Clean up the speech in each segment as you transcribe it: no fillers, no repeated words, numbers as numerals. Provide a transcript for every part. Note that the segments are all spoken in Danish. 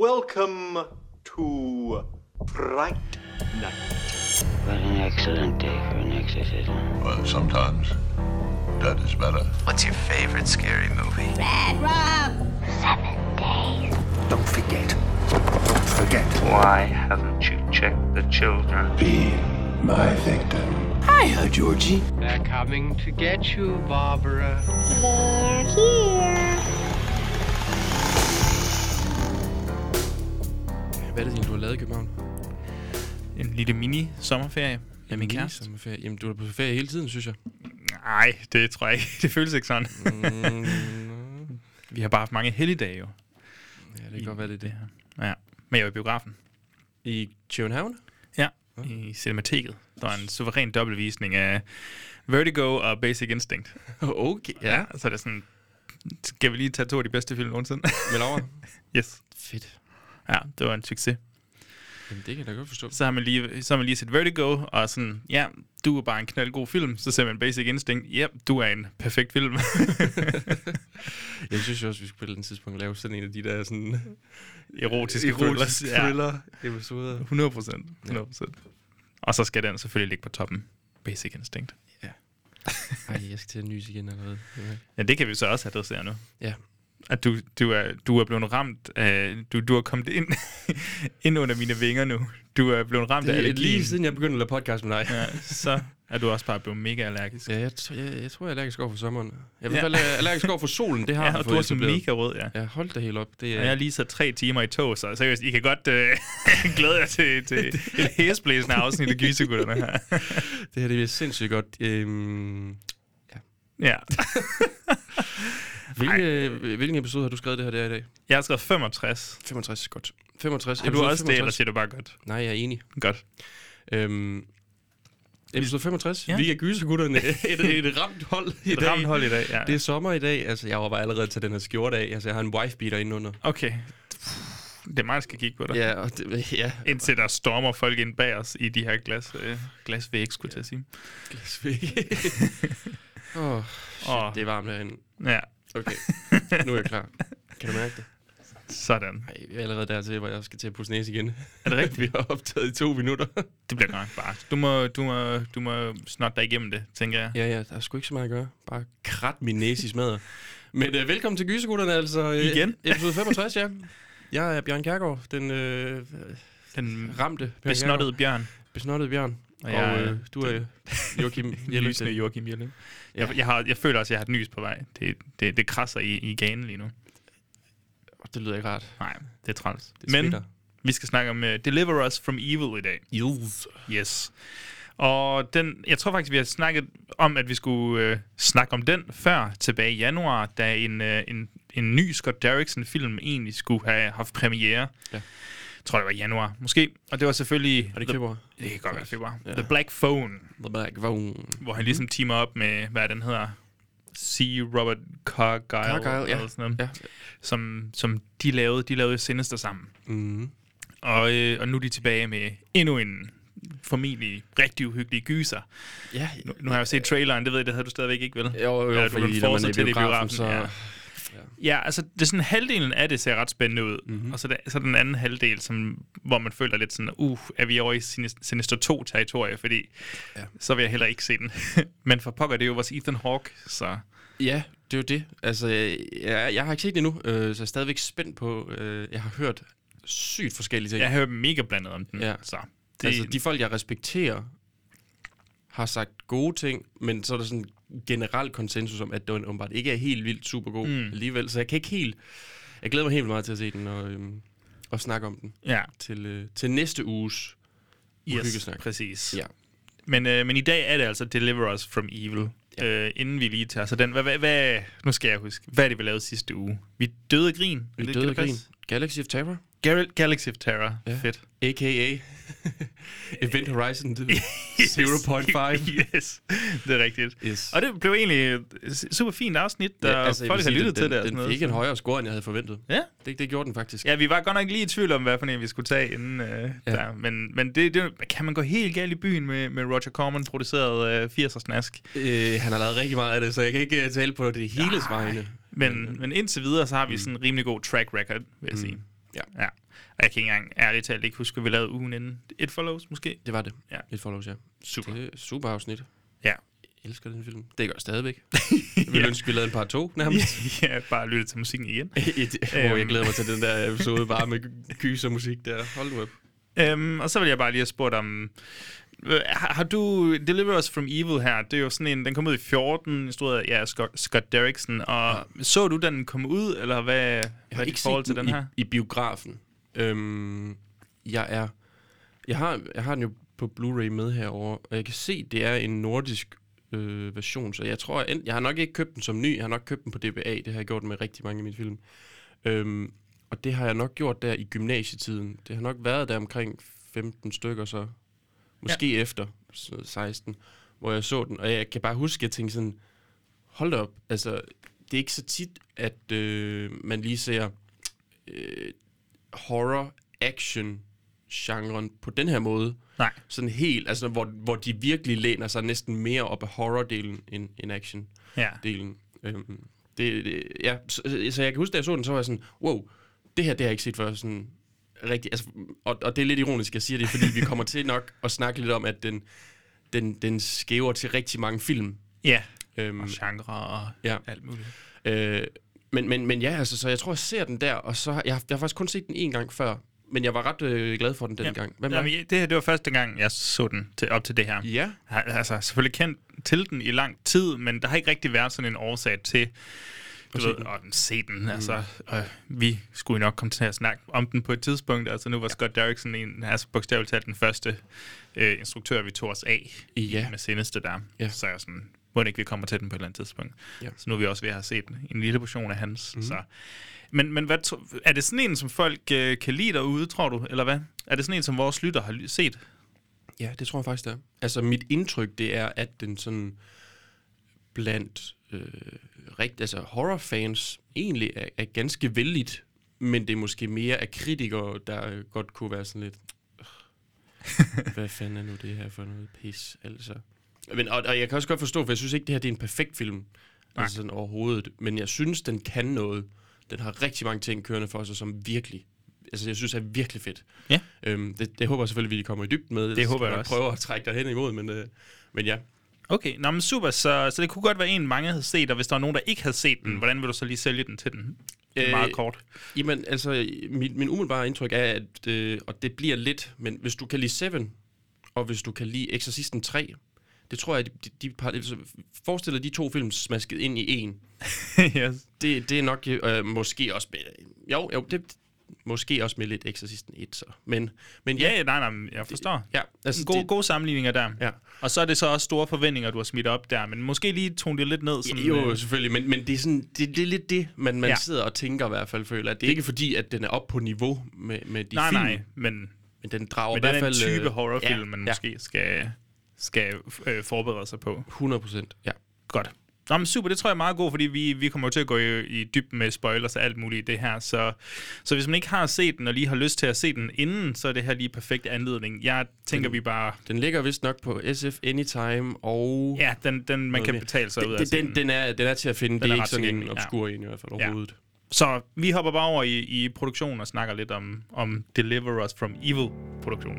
Welcome to Fright Night. What an excellent day for an exorcism. Well, sometimes that is better. What's your favorite scary movie? Red Rob! 7 days. Don't forget. Don't forget. Why haven't you checked the children? Be my victim. Hiya, Georgie. They're coming to get you, Barbara. They're here. Hvad er det, du har lavet i København? En lille mini-sommerferie med min kæreste. Sommerferie. Jamen, du er på ferie hele tiden, synes jeg. Nej, det tror jeg ikke. Det føles ikke sådan. Vi har bare haft mange helligdage jo. Ja, det kan godt være, det er det. Ja, men jeg var i biografen. I København? Ja, i Cinemateket. Der var en suveræn dobbeltvisning af Vertigo og Basic Instinct. Okay, ja. Så er det sådan, skal vi lige tage 2 af de bedste film nogensinde? Vel over? Yes. Fedt. Ja, det var en succes. Jamen, det kan jeg da godt forstå. Så har man lige set Vertigo, og sådan, ja, du er bare en knaldgod film. Så ser man Basic Instinct, ja, du er en perfekt film. Jeg synes også, vi skulle på et tidspunkt lave sådan en af de der sådan erotiske thriller-episoder. 100%. Og så skal den selvfølgelig ligge på toppen. Basic Instinct. Ja. Ej, jeg skal til at nyse igen allerede. Ja, det kan vi så også adressere nu. Ja. At du er blevet ramt af... Du er kommet ind under mine vinger nu. Du er blevet ramt af allergien. Lige siden jeg begyndte at lave podcast med dig. Ja, så er du også bare blevet mega allergisk. Ja, jeg tror, jeg er allergisk over for sommeren. Jeg er i hvert fald allergisk over for solen. Det har ja, og du er så mega rød, ja. Ja, hold det helt op. Det er... Og jeg har lige sat 3 timer i tog, så seriøst, I kan godt glæde jer til et hæsblæsende afsnit af Gysegutterne her. Det her, det er sindssygt godt. Ja. Hvilken episode har du skrevet det her der i dag? Jeg har skrevet 65. 65, godt. 65. Har du også 65? Det, eller siger du bare godt? Nej, jeg er enig. Godt. Episode 65. Ja. Vi er Gysegutterne. Et ramt hold i dag. Et ramt hold i dag, ja. Det er sommer i dag. Altså, jeg var bare allerede til den her skjorte af. Altså, jeg har en wife-beater indenunder. Okay. Det er mig, der skal kigge på dig. Ja, og det, ja. Indtil der stormer folk ind bag os i de her glasvæg, skulle jeg til at sige. Glasvæg. Det er varmt herinde. Ja. Okay, nu er jeg klar. Kan du mærke det? Sådan. Ej, vi er allerede dertil, hvor jeg skal til at pusse næse igen. Er det rigtigt? Vi har optaget i 2 minutter. Det bliver godt bare. Du må snotte dig igennem det, tænker jeg. Ja, der er sgu ikke så meget at gøre. Bare krat min næse i smadret. Men velkommen til Gysegutterne, altså. Igen? Episode 65, ja. Jeg er Bjørn Kjærgaard, den ramte besnottede bjørn. Besnottede bjørn. Og du er Joachim Lysende Joachim Jelling. Jeg føler også, at jeg har et nys på vej. Det krasser i ganen lige nu. Det lyder ikke rart. Nej, det er træls. Men vi skal snakke om Deliver Us From Evil i dag. Yes. Og jeg tror faktisk, vi har snakket om, at vi skulle snakke om den før, tilbage i januar, da en ny Scott Derrickson-film egentlig skulle have haft premiere. Ja. Jeg tror, det var i januar, måske. Og det var selvfølgelig... Er det februar? Det kan godt være februar. Ja. The Black Phone. Hvor han ligesom teamer op med, hvad den hedder... Robert Cargill eller sådan noget. Ja. Som de lavede Sinister sammen. Mm. Og nu er de tilbage med endnu en formentlig rigtig uhyggelig gyser. Ja. Nu har jeg jo set traileren, det ved jeg, det havde du stadigvæk ikke, vel? Jo, fordi når man er i biografen, så... Ja, altså det er sådan halvdelen af det ser ret spændende ud. Og så den anden halvdel, hvor man føler lidt sådan, er vi over i Sinister 2-territoriet, fordi så vil jeg heller ikke se den. Men for pokker, det er jo vores Ethan Hawke, så... Ja, det er jo det. Altså, jeg har ikke set det endnu, så jeg er stadigvæk spændt på... jeg har hørt sygt forskellige ting. Jeg har hørt mega blandet om den. Ja. Så altså, de folk, jeg respekterer, har sagt gode ting, men så er der sådan generel konsensus om, at den åbenbart ikke er helt vildt super god alligevel. Så jeg kan ikke helt... Jeg glæder mig helt meget til at se den og snakke om den. Ja. Til næste uges uhyggesnak. Præcis. Ja. Men i dag er det altså Deliver Us From Evil. Ja. Inden vi lige tager. Så den, nu skal jeg huske. Hvad er det, vi lavede sidste uge? Vi døde grin. Vi døde grin. Galaxy of Terror. Galaxy of Terror. Ja. Fedt. A.k.a. Event Horizon 0.5. Yes, det er rigtigt. Yes. Og det blev egentlig super fint afsnit, der folk har lyttet til det. Den fik en højere score, end jeg havde forventet. Ja. Det gjorde den faktisk. Ja, vi var godt nok lige i tvivl om, hvad for en vi skulle tage inden der. Men det kan man gå helt galt i byen med Roger Corman produceret 80'er-snask. Han har lavet rigtig meget af det, så jeg kan ikke tale på det hele vegne. Men indtil videre, så har vi sådan en rimelig god track record, vil jeg sige. Ja. Jeg kan ikke engang ærligt talt ikke huske, at vi lavede ugen inden. It Follows måske? Det var det. Ja. It Follows, ja. Super. Det er super afsnit. Ja. Jeg elsker den film. Det gør jeg stadigvæk. Jeg ville ønske, vi lavede en par 2 nærmest. Ja, bare lytte til musikken igen. Jeg glæder mig til den der episode bare med gysermusik der. Hold nu op. Og så vil jeg bare lige have spurgt om... Har du Deliver Us From Evil her? Det er jo sådan en... Den kom ud i 14, instrueret af Scott Derrickson. Og så du den komme ud, eller hvad er dit forhold til den her? I biografen. Jeg har den jo på Blu-ray med herovre, og jeg kan se, det er en nordisk version, så jeg tror, jeg har nok ikke købt den som ny, jeg har nok købt den på DBA, det har jeg gjort med rigtig mange af mine film. Og det har jeg nok gjort der i gymnasietiden. Det har nok været der omkring 15 stykker så. Måske efter 16, hvor jeg så den. Og jeg kan bare huske, at jeg tænkte sådan, hold da op, altså, det er ikke så tit, at man lige ser horror-action-genren på den her måde. Nej. Sådan helt, altså, hvor de virkelig læner sig næsten mere op af horror-delen end action-delen. Ja. Så jeg kan huske, da jeg så den, så var jeg sådan, wow, det her, det har jeg ikke set før, sådan rigtig, altså, og det er lidt ironisk, at jeg siger det, fordi vi kommer til nok at snakke lidt om, at den skæver til rigtig mange film. Ja, og genre og alt muligt. Men ja, altså, så jeg tror, jeg ser den der, og så jeg har faktisk kun set den en gang før, men jeg var ret glad for den dengang. Det her, det var første gang, jeg så den op til det her. Ja. Jeg har altså selvfølgelig kendt til den i lang tid, men der har ikke rigtig været sådan en årsag til se den. Altså, vi skulle nok komme til at snakke om den på et tidspunkt. Altså, nu var Scott Derrickson bogstaveligt talt den første instruktør, vi tog os af med seneste der. Ja. Så jeg sådan, må ikke vi kommer til den på et eller andet tidspunkt. Ja. Så nu er vi også ved at have set en lille portion af hans. Så. Men hvad, er det sådan en, som folk kan lide derude, tror du? Eller hvad? Er det sådan en, som vores lytter har set? Ja, det tror jeg faktisk, det er. Altså, mit indtryk, det er, at den sådan blandt horrorfans egentlig er ganske vældigt, men det er måske mere af kritikere, der godt kunne være sådan lidt, hvad fanden er nu det her for noget pis, altså. Men, og jeg kan også godt forstå, for jeg synes ikke, det her det er en perfekt film, altså sådan overhovedet, men jeg synes, den kan noget. Den har rigtig mange ting kørende for sig, som virkelig, altså jeg synes er virkelig fedt. Ja. Det håber jeg selvfølgelig, vi kommer i dybden med. Det håber jeg også. Prøver at trække dig hen imod, men ja. Okay, men super, så det kunne godt være en, mange havde set, og hvis der var nogen, der ikke havde set den, hvordan vil du så lige sælge den til den? Meget kort. Jamen, altså, min umiddelbare indtryk er, at, og det bliver lidt, men hvis du kan lide Seven, og hvis du kan lide Exorcisten 3, det tror jeg, forestiller de 2 film smasket ind i en. Yes. Det er nok måske også med, måske også med lidt Exorcisten 1, så. Men ja. Nej, jeg forstår. Ja, altså gode sammenligninger der. Ja. Og så er det så også store forventninger, du har smidt op der, men måske lige tone det lidt ned. Sådan, jo, selvfølgelig, men det er sådan, det er lidt det, man sidder og tænker i hvert fald, føler. At det er ikke fordi, at den er op på niveau med de film. Nej, men den drager i hvert fald... Men det er en type horrorfilm, man måske skal forberede sig på. 100%, ja. Godt. Nå, men super, det tror jeg er meget godt, fordi vi kommer jo til at gå i dybden med spoilers og alt muligt i det her. Så hvis man ikke har set den, og lige har lyst til at se den inden, så er det her lige perfekt anledning. Jeg tænker, vi bare... Den ligger vist nok på SF Anytime, og... Ja, den man kan betale sig ud af. Den er til at finde. Det er ikke sådan en obskur en i hvert fald overhovedet. Ja. Så vi hopper bare over i produktionen og snakker lidt om Deliver Us From Evil-produktionen.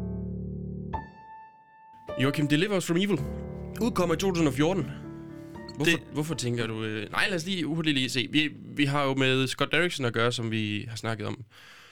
Joachim, Deliver Us From Evil udkommer i 2014. Hvorfor tænker du... Nej, lad os lige se. Vi har jo med Scott Derrickson at gøre, som vi har snakket om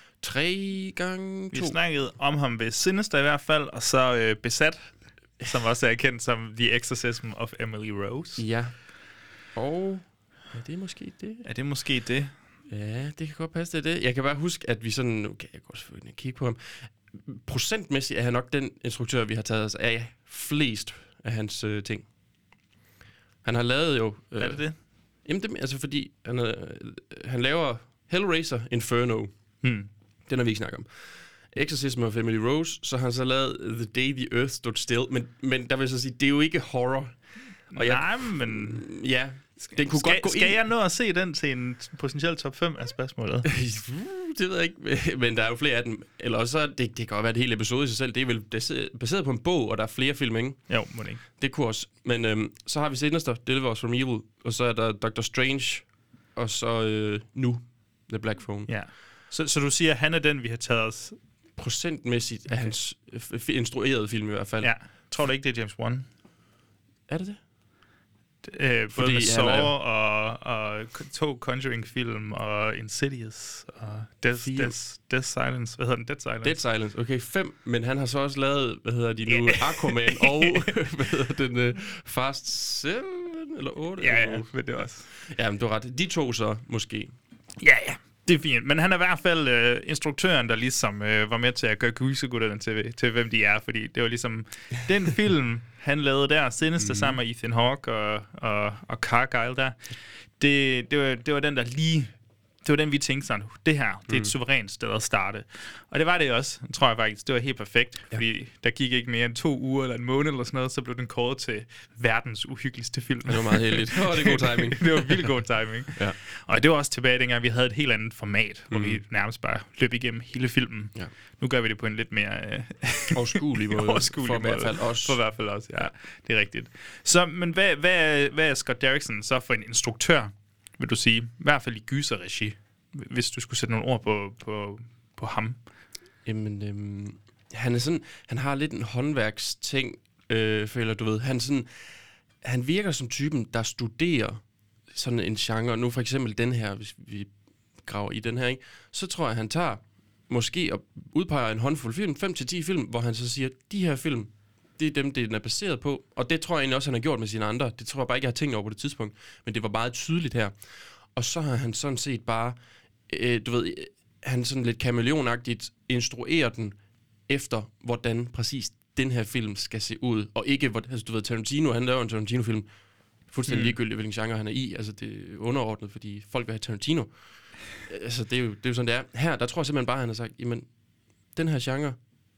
3 gange 2. Vi snakkede om ham ved Sinister i hvert fald, og så Besat, som også er kendt som The Exorcism of Emily Rose. Ja. Og er det måske det? Er det måske det? Ja, det kan godt passe, det er det. Jeg kan bare huske, at vi sådan... Nu kan jeg godt selvfølgelig kigge på ham. Procentmæssigt er han nok den instruktør, vi har taget os af flest af hans ting. Han har lavet jo... Hvad er det? Jamen, altså fordi han laver Hellraiser Inferno. Den har vi ikke snakket om. Exorcism of Emily Rose, så har han så lavet The Day the Earth Stood Still. Men der vil jeg så sige, det er jo ikke horror. Og men... Ja, den kunne godt gå skal jeg nå at se den til en potentiel top 5 af spørgsmålet? Det ved jeg ikke, men der er jo flere af dem. Eller også, det kan godt være et helt episode i sig selv. Det er vel baseret på en bog, og der er flere film, ikke? Jo, må det ikke. Det kunne også. Men så har vi Sinister, Deliver Us From Evil, og så er der Doctor Strange, og så nu The Black Phone. Ja. Så du siger, at han er den, vi har taget os... Procentmæssigt af hans instruerede film i hvert fald. Ja. Tror du ikke, det er James Wan? Er det det? Både med Saw og 2 Conjuring-film og Insidious og Death Silence. Hvad hedder den? Dead Silence. Dead Silence. Okay, 5. Men han har så også lavet, Aquaman og, den Fast 7 eller 8? Ja, men det også. Ja, men du har ret. De 2 så, måske. Ja. Det er fint, men han er i hvert fald instruktøren, der ligesom var med til at gøre gysergutterne til hvem de er, fordi det var ligesom den film, han lavede der, Sinister sammen med Ethan Hawke og Cargyle der. Det var den, der lige... Det var den, vi tænkte sådan, det her, det er et suverænt sted at starte. Og det var det også, tror jeg faktisk. Det var helt perfekt, fordi der gik ikke mere end 2 uger eller en måned eller sådan noget, så blev den kåret til verdens uhyggeligste film. Det var meget heldigt. Det var god timing. Det var vildt god timing. Ja. Og det var også tilbage dengang, vi havde et helt andet format, hvor vi nærmest bare løb igennem hele filmen. Ja. Nu gør vi det på en lidt mere... overskuelig måde. For i hvert fald også. For i hvert fald også, ja. Det er rigtigt. Så, men hvad er Scott Derrickson så for en instruktør, vil du sige? I hvert fald i gyserregi, hvis du skulle sætte nogle ord på ham. Jamen, han er sådan, han har lidt en håndværksting, føler du ved. Han virker som typen, der studerer sådan en genre. Nu for eksempel den her, hvis vi graver i den her, ikke? Så tror jeg, han tager måske og udpeger en håndfuld film, 5-10 film, hvor han så siger, de her film, det er dem, den er baseret på. Og det tror jeg egentlig også, han har gjort med sine andre. Det tror jeg bare ikke, jeg har tænkt over på det tidspunkt. Men det var meget tydeligt her. Og så har han sådan set bare, du ved, han sådan lidt kameleonagtigt instruerer den efter, hvordan præcis den her film skal se ud. Og ikke, altså du ved, Tarantino, han laver en Tarantino-film. Fuldstændig ligegyldigt, hvilken genre han er i. Altså det er underordnet, fordi folk vil have Tarantino. Altså det er jo sådan, det er. Her, der tror jeg simpelthen bare, han har sagt, jamen, den her genre,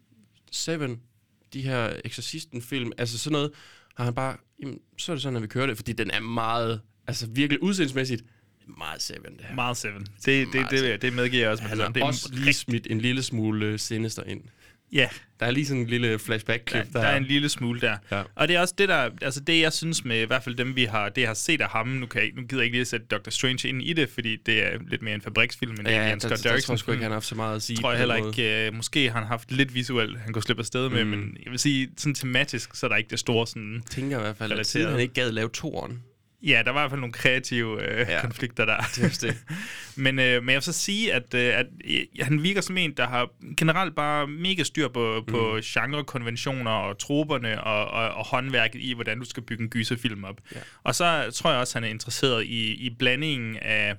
Seven, de her Exorcisten-film, altså sådan noget, har han bare, jamen, så er det sådan, at vi kører det, fordi den er meget, altså virkelig udseendsmæssigt, meget Seven, det her. Meget Seven. Det medgiver jeg også. Han har også lige smidt en lille smule Sinister ind. Ja. Der er lige sådan en lille flashback-klip der er en lille smule der. Ja. Og det er også det, der, altså det, jeg synes med i hvert fald dem, jeg har set af ham, nu gider jeg ikke lige at sætte Doctor Strange ind i det, fordi det er lidt mere en fabriksfilm, end en Scott Derrickson. Jeg tror ikke, han har haft så meget at sige. Tror jeg heller ikke. Måske har han haft lidt visuelt, han kunne slippe afsted med, men jeg vil sige, sådan tematisk, så er der ikke det store sådan... Tænker i hvert fald, at siden han ikke gad lave toeren. Ja, der var i hvert fald nogle kreative konflikter der. Det. Men jeg vil så sige, at han virker som en, der har generelt bare mega styr på genrekonventioner og troperne og håndværket i, hvordan du skal bygge en gyserfilm op. Ja. Og så tror jeg også, at han er interesseret i blandingen af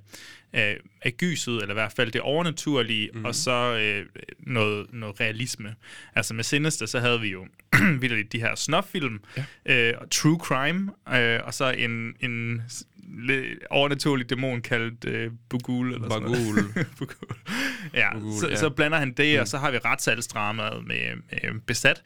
gyset, eller i hvert fald det overnaturlige, og så noget realisme. Altså med Sinister, så havde vi jo vildt de her snuff-film, og true crime, og så en overnaturlig dæmon kaldt Bugul. Eller Bagul. Bugul. Ja, Bugul, så blander han det, og så har vi retssalsdramaet med Besat,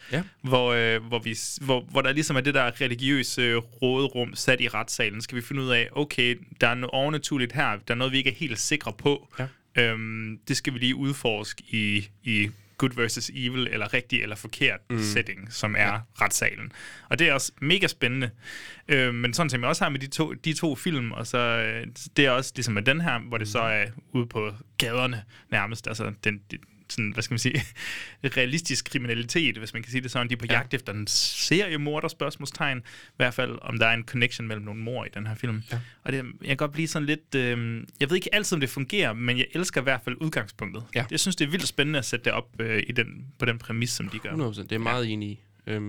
hvor der ligesom er det der religiøse råderum sat i retssalen. Skal vi finde ud af, okay, der er noget overnaturligt her, der er noget, vi ikke er helt sikre på. Ja. Det skal vi lige udforske i good versus evil, eller rigtig eller forkert setting, som er retssalen. Og det er også mega spændende. Men sådan som jeg også har med de to film, og så det er også ligesom med den her, hvor det så er ude på gaderne nærmest. Altså sådan, hvad skal man sige, realistisk kriminalitet, hvis man kan sige det sådan. De er på jagt efter en seriemorder, spørgsmålstegn. I hvert fald, om der er en connection mellem nogle mord i den her film. Ja. Og det, jeg kan godt blive sådan lidt... jeg ved ikke altid, om det fungerer, men jeg elsker i hvert fald udgangspunktet. Ja. Jeg synes, det er vildt spændende at sætte det op på den præmis, som de gør. 100%, det er meget enig i.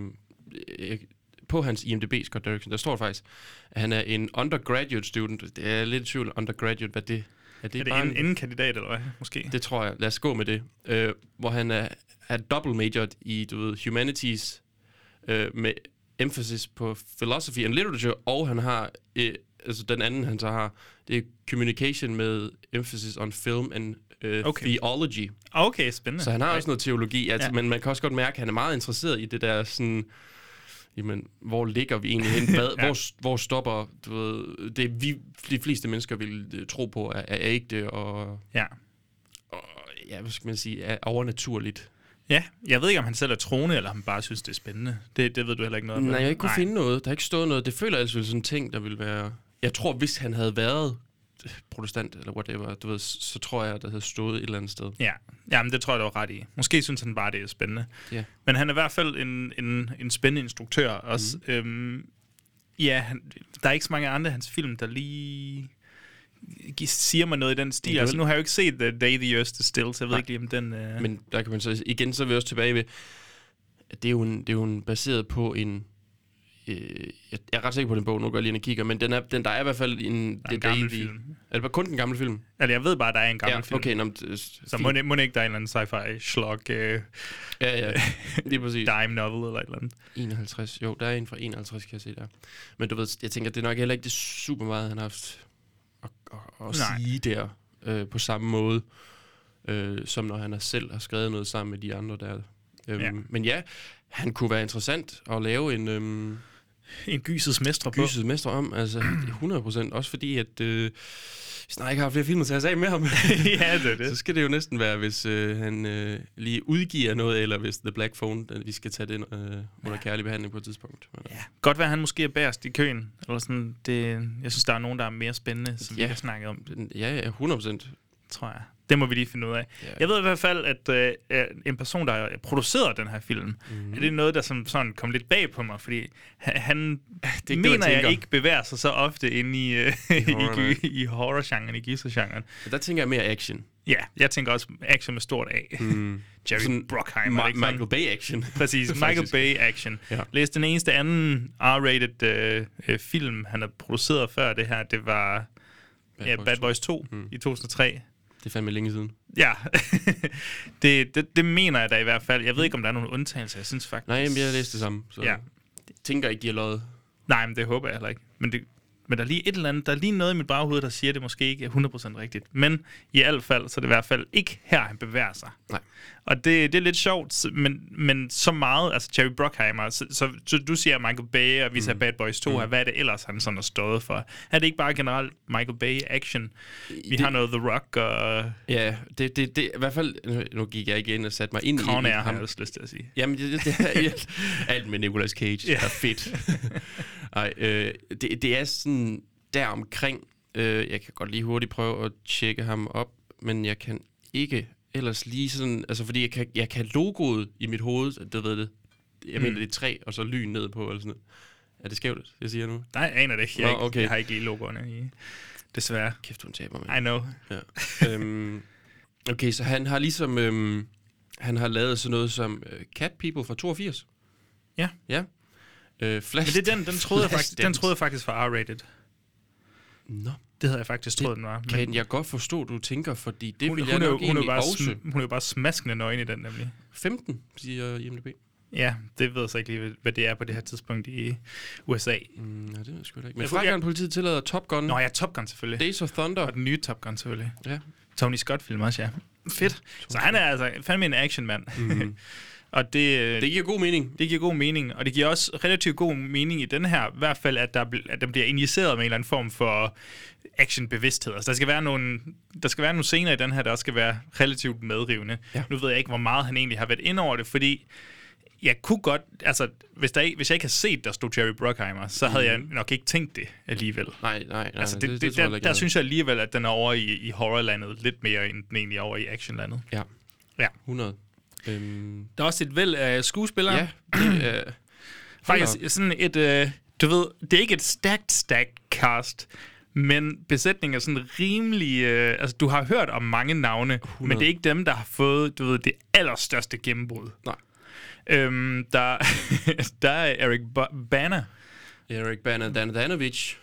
På hans IMDb, Scott Derrickson, der står faktisk, at han er en undergraduate student. Det er lidt i tvivl, undergraduate, hvad det er. Det bare en kandidat, eller hvad? Måske? Det tror jeg. Lad os gå med det. Hvor han er double majored i, humanities, med emphasis på philosophy and literature, og han har, altså den anden, han så har, det er communication med emphasis on film and theology. Okay, spændende. Så han har også noget teologi, altså, men man kan også godt mærke, at han er meget interesseret i det der sådan... Jamen, hvor ligger vi egentlig hen? Hvor stopper, du ved, det de fleste mennesker vil tro på er ægte og hvad skal man sige, er overnaturligt. Ja, jeg ved ikke, om han selv er troende, eller om han bare synes, det er spændende. Det ved du heller ikke noget om. Nej, jeg har ikke kunne finde noget. Der har ikke stået noget. Det føler altså sådan en ting, der vil være... Jeg tror, hvis han havde været protestant, eller whatever, du ved, så tror jeg, der havde stået et eller andet sted. Ja, jamen det tror jeg, du var ret i. Måske synes han bare, det er spændende. Yeah. Men han er i hvert fald en spændende instruktør også. Der er ikke så mange andre af hans film, der lige siger mig noget i den stil. Altså, nu har jeg jo ikke set The Day the Earth is Still, så jeg ved ikke lige, om den... Men der kan man så... Igen, så er vi også tilbage ved... Det er jo baseret på en... jeg er ret sikker på den bog, nu går jeg lige ind og kigger, men der er i hvert fald en gammel film. Er det bare kun den gamle film? Altså, jeg ved bare, der er en gammel film. Okay, så må ikke der er en eller anden sci-fi slog lige præcis. Dime novel eller et eller andet. 51, jo, der er en fra 51, kan jeg se der. Men du ved, jeg tænker, det er nok heller ikke det super meget, han har haft at sige der på samme måde, som når han selv har skrevet noget sammen med de andre der. Men ja, han kunne være interessant at lave en gysets mestre om, altså 100%, også fordi at vi snart ikke har flere film til at sige med ham. Ja, det er det. Så skal det jo næsten være, hvis han lige udgiver noget, eller hvis The Black Phone, vi skal tage den under kærlig behandling på et tidspunkt. Ja. Godt være, han måske er bagerst i køen, eller sådan. Jeg synes, der er nogen, der er mere spændende, som vi kan snakke om. Ja, 100%. Tror jeg. Det må vi lige finde ud af. Yeah. Jeg ved i hvert fald, at en person, der har produceret den her film, er det noget, der som sådan kom lidt bag på mig, fordi han det mener jeg ikke bevæger sig så ofte inde i horror-genren, i gyser-genren. Der tænker jeg mere action. Ja, jeg tænker også action med stort A. Jerry Bruckheimer. Michael Bay action. Præcis, Michael Bay action. Ja. Læs den eneste anden R-rated film, han har produceret før det her, det var Bad Boys 2 i 2003. Det er fandme længe siden. Ja, det mener jeg da i hvert fald. Jeg ved ikke, om der er nogle undtagelser. Jeg synes faktisk... Nej, men jeg har læst det samme. Så jeg tænker ikke, de har løjet. Nej, men det håber jeg heller ikke. Men der er lige et eller andet, der er lige noget i mit baghoved, der siger, at det måske ikke er 100% rigtigt. Men i hvert fald, så er det i hvert fald ikke her, han bevæger sig. Nej. Og det er lidt sjovt, men så meget, altså Jerry Bruckheimer, så du siger Michael Bay, og vi siger Bad Boys 2 her, hvad er det ellers, han sådan har stået for? Er det ikke bare generelt Michael Bay action? Vi har noget The Rock og... Ja, det i hvert fald, nu gik jeg ikke ind og satte mig ind i... Con Air har jeg også lyst til at sige. Jamen, det er alt med Nicolas Cage, er fedt. Ej, det er sådan der omkring, jeg kan godt lige hurtigt prøve at tjekke ham op, men jeg kan ikke ellers lige sådan, altså fordi jeg kan logoet i mit hoved, det ved det, jeg mener det er 3, og så lyn ned på, eller sådan noget. Er det skævt, jeg siger nu? Nej, jeg aner det ikke. Jeg har ikke lige logoerne i, desværre. Kæft, hun taber mig. I know. Ja. Okay, så han har ligesom, han har lavet sådan noget som Cat People fra 82. Ja. Ja. Men det er den troede jeg faktisk var R-rated. Nå. Det havde jeg faktisk troet, den var. Kan jeg godt forstå, du tænker, fordi det vil jeg nok egentlig også. Hun er jo bare smaskende nøgen i den, nemlig. 15, siger IMDb. Ja, det ved jeg så ikke lige, hvad det er på det her tidspunkt i USA. Nej, det ved jeg sgu da ikke. Men Frankrig-politiet tillader Top Gun. Nå ja, Top Gun selvfølgelig. Days of Thunder. Og den nye Top Gun selvfølgelig. Ja. Tony Scott-film også, ja. Fedt. Så han er altså fandme en actionmand. Og det giver god mening. Det giver god mening, og det giver også relativt god mening i den her, i hvert fald, at den bliver injiceret med en eller anden form for actionbevidsthed. Altså, der skal være nogle scener i den her, der skal være relativt medrivende. Ja. Nu ved jeg ikke, hvor meget han egentlig har været ind over det, fordi jeg kunne godt, altså, hvis jeg ikke havde set, der stod Jerry Bruckheimer, så havde jeg nok ikke tænkt det alligevel. Nej. Altså, der synes jeg alligevel, at den er over i horrorlandet lidt mere, end den egentlig er over i actionlandet. Ja. Ja. 100. Der er også et væld af skuespillere. Ja, det er... Faktisk sådan et... du ved, det er ikke et stacked cast, men besætningen er sådan rimelig... altså, du har hørt om mange navne, 100. Men det er ikke dem, der har fået, du ved, det allerstørste gennembrud. Nej. Der er Eric Bana. Eric Bana Danovic.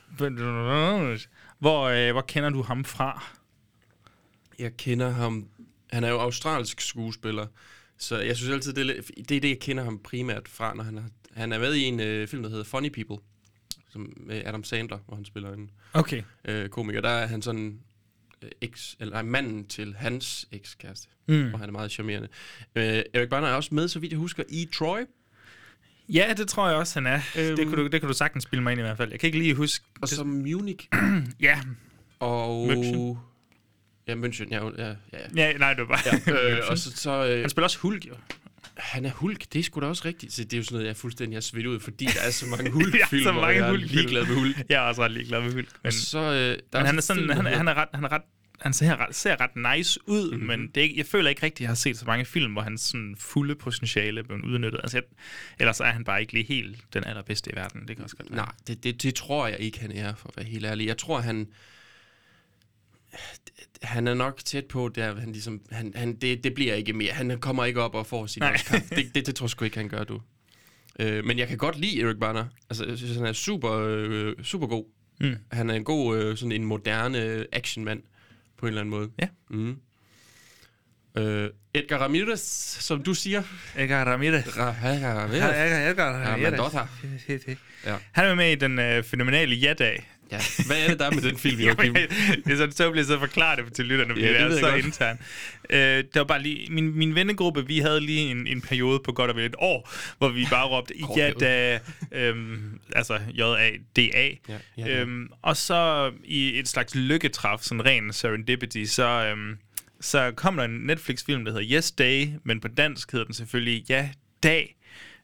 Hvor kender du ham fra? Jeg kender ham... Han er jo australsk skuespiller, så jeg synes altid, det er det, jeg kender ham primært fra, når han er med i en film, der hedder Funny People, som med Adam Sandler, hvor han spiller en komiker. Der er han sådan manden til hans ekskæreste, og han er meget charmerende. Eric Bana er også med, så vidt jeg husker, i Troy. Ja, det tror jeg også, han er. Det kan du sagtens spille mig ind i hvert fald. Jeg kan ikke lige huske... Og så Munich. Ja. Og... München. Ja, München, ja. Ja, nej, det var bare... Ja, og så han spiller også Hulk, jo. Han er Hulk, det er sgu da også rigtigt. Så det er jo sådan noget, jeg fuldstændig har svedt ud, fordi der er så mange Hulk-film, så mange jeg er Hulk-film. ligeglad med Hulk. Jeg er også ret ligeglad med Hulk. Men, så, men han er sådan, han ser ret nice ud, men det er ikke, jeg føler ikke rigtigt, at jeg har set så mange film, hvor hans sådan fulde potentiale blev udnyttet. Altså, ellers er han bare ikke lige helt den allerbedste i verden. Det kan også godt være. Nej, det tror jeg ikke, han er, for at være helt ærlig. Jeg tror, han er nok tæt på, der han ligesom, det bliver ikke mere. Han kommer ikke op og får sin Oscar. Det tror jeg sgu ikke, han gør, du. Men jeg kan godt lide Eric Bana. Altså, jeg synes, han er super god. Han er en god, sådan en moderne actionmand, på en eller anden måde. Ja. Edgar Ramirez, som du siger. Edgar Ramirez. Ja. Han er med i den fænomenale Ja-dag. Ja. Hvad er det der med den film, Joachim? Det er sådan, så bliver så forklare det til lytterne, fordi det er så intern. Det var bare lige, min vennegruppe, vi havde lige en periode på godt og vel et år, hvor vi bare råbte Ja-dag, altså J-A-D-A. Ja. Og så i et slags lykketræf, sådan ren serendipity, så kom der en Netflix-film, der hedder Yes Day, men på dansk hedder den selvfølgelig Ja-dag.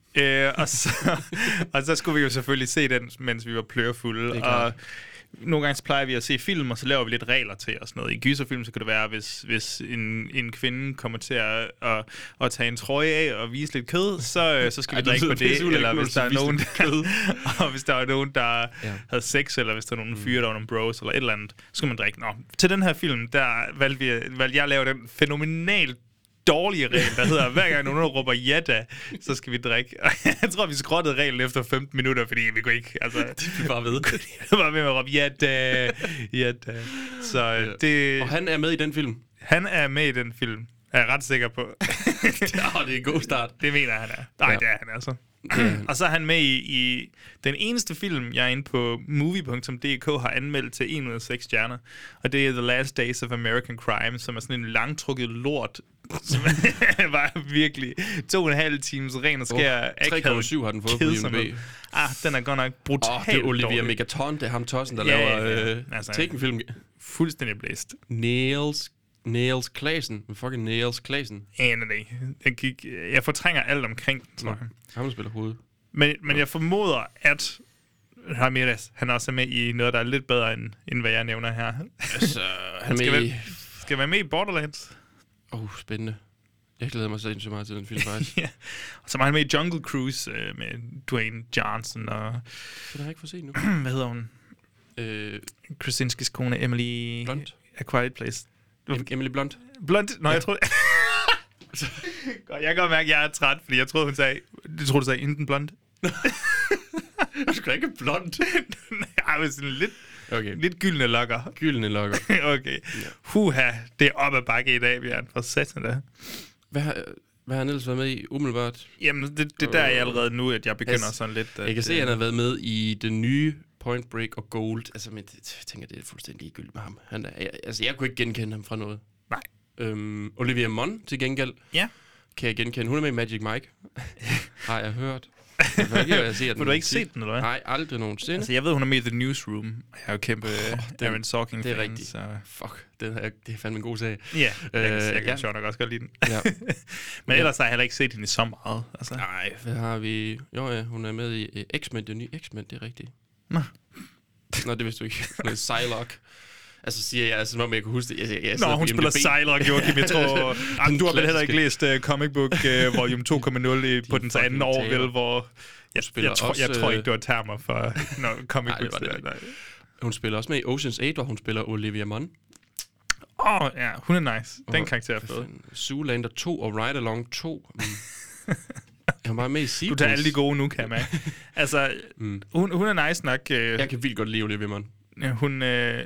Og så skulle vi jo selvfølgelig se den, mens vi var plørefulde. Og nogle gange så plejer vi at se film, og så laver vi lidt regler til og sådan noget. I gyserfilm, så kan det være, hvis en kvinde kommer til at tage en trøje af og vise lidt kød, så skal vi drikke på det. Eller hvis der er nogen, og hvis der er nogen, der havde sex, eller hvis der er nogen fyre, der var nogle bros, eller et eller andet, så skal man drikke. Nå, til den her film, der valgte jeg at lave den fænomenalt dårlige regel, der hedder, hver gang nogen råber ja da, så skal vi drikke. Jeg tror, vi skrottede reglen efter 15 minutter, fordi vi kunne ikke, altså... Det blev bare ved. Det var bare ved at råbe ja da, ja da. Så det... Og han er med i den film? Han er med i den film. Er jeg ret sikker på. Det er en god start. Det mener han er. Nej, det er han altså. Og så er han med i den eneste film, jeg er inde på movie.dk har anmeldt til 1 ud af 6 stjerner. Og det er The Last Days of American Crime, som er sådan en langtrukket lort, som var virkelig 2,5 times ren og skær. 3,7 har den fået på IMDb. Den er godt nok brutalt det er Olivia Megaton, det er ham tossen, der laver Taken-film. Fuldstændig blæst. Niels Claesen. Fucking Niels Claesen. Jeg fortrænger alt omkring, tror jeg. Han spiller hoved. Men jeg formoder, at Ramirez, han også er med i noget, der er lidt bedre, end hvad jeg nævner her. Altså, han skal være med i Borderlands. Spændende. Jeg glæder mig sindssygt meget til den film, faktisk. Ja. Og så var han med i Jungle Cruise med Dwayne Johnson og... Det har jeg ikke fået set nu. Hvad hedder hun? Krasinskis kone, Emily... Blunt. A Quiet Place. Emily Blunt. Blunt? Nå, jeg troede... Jeg kan godt mærke, at jeg er træt, fordi jeg troede, hun sagde... Du troede, du sagde enten blond? Du skal ikke blond. Nej, men sådan lidt gyldne lokker. Gyldne lokker. Okay. Ja. Det er op ad bakke i dag, Bjørn. For satan da. Hvad har han ellers været med i umiddelbart? Jamen, det der er jeg allerede nu, at jeg begynder sådan lidt... Jeg kan se, at han har været med i den nye Point Break og Gold. Altså, men jeg tænker, det er fuldstændig ligegyldigt med ham. Jeg kunne ikke genkende ham fra noget. Nej. Olivia Munn til gengæld. Ja. Kan jeg genkende. Hun er med i Magic Mike. Har jeg hørt. Må du ikke set den, eller hvad? Nej, aldrig nogensinde. Altså, jeg ved, hun er med i The Newsroom. Jeg er jo kæmpe Aaron Sorkin-fan. Det er rigtigt. Så... Fuck, det er fandme en god sag. Ja, jeg kan sjovt nok også godt lide den. Ja. Men ellers har jeg heller ikke set hende i så meget. Altså. Nej, hvad har vi... Jo ja, hun er med i X-Men, det nye X-Men, det er rigtigt. Nå, det vidste du ikke. Psylocke. Altså siger jeg, som om jeg kunne huske det. Jeg Nå, hun spiller sejler, Joachim. Jeg tror... du har vel heller ikke læst Comic Book Volume 2.0 på dens anden år, vel, hvor... Jeg tror ikke, du har termer for comic books. Hun spiller også med i Ocean's 8, hvor hun spiller Olivia Munn. Ja, hun er nice. Den karakter er fed. Zoolander 2 og Ride Along 2. Jeg var bare med i sequels. Du tager alle de gode nu, kan jeg mærke. Altså, hun er nice nok. Jeg kan vildt godt lide Olivia Munn. Hun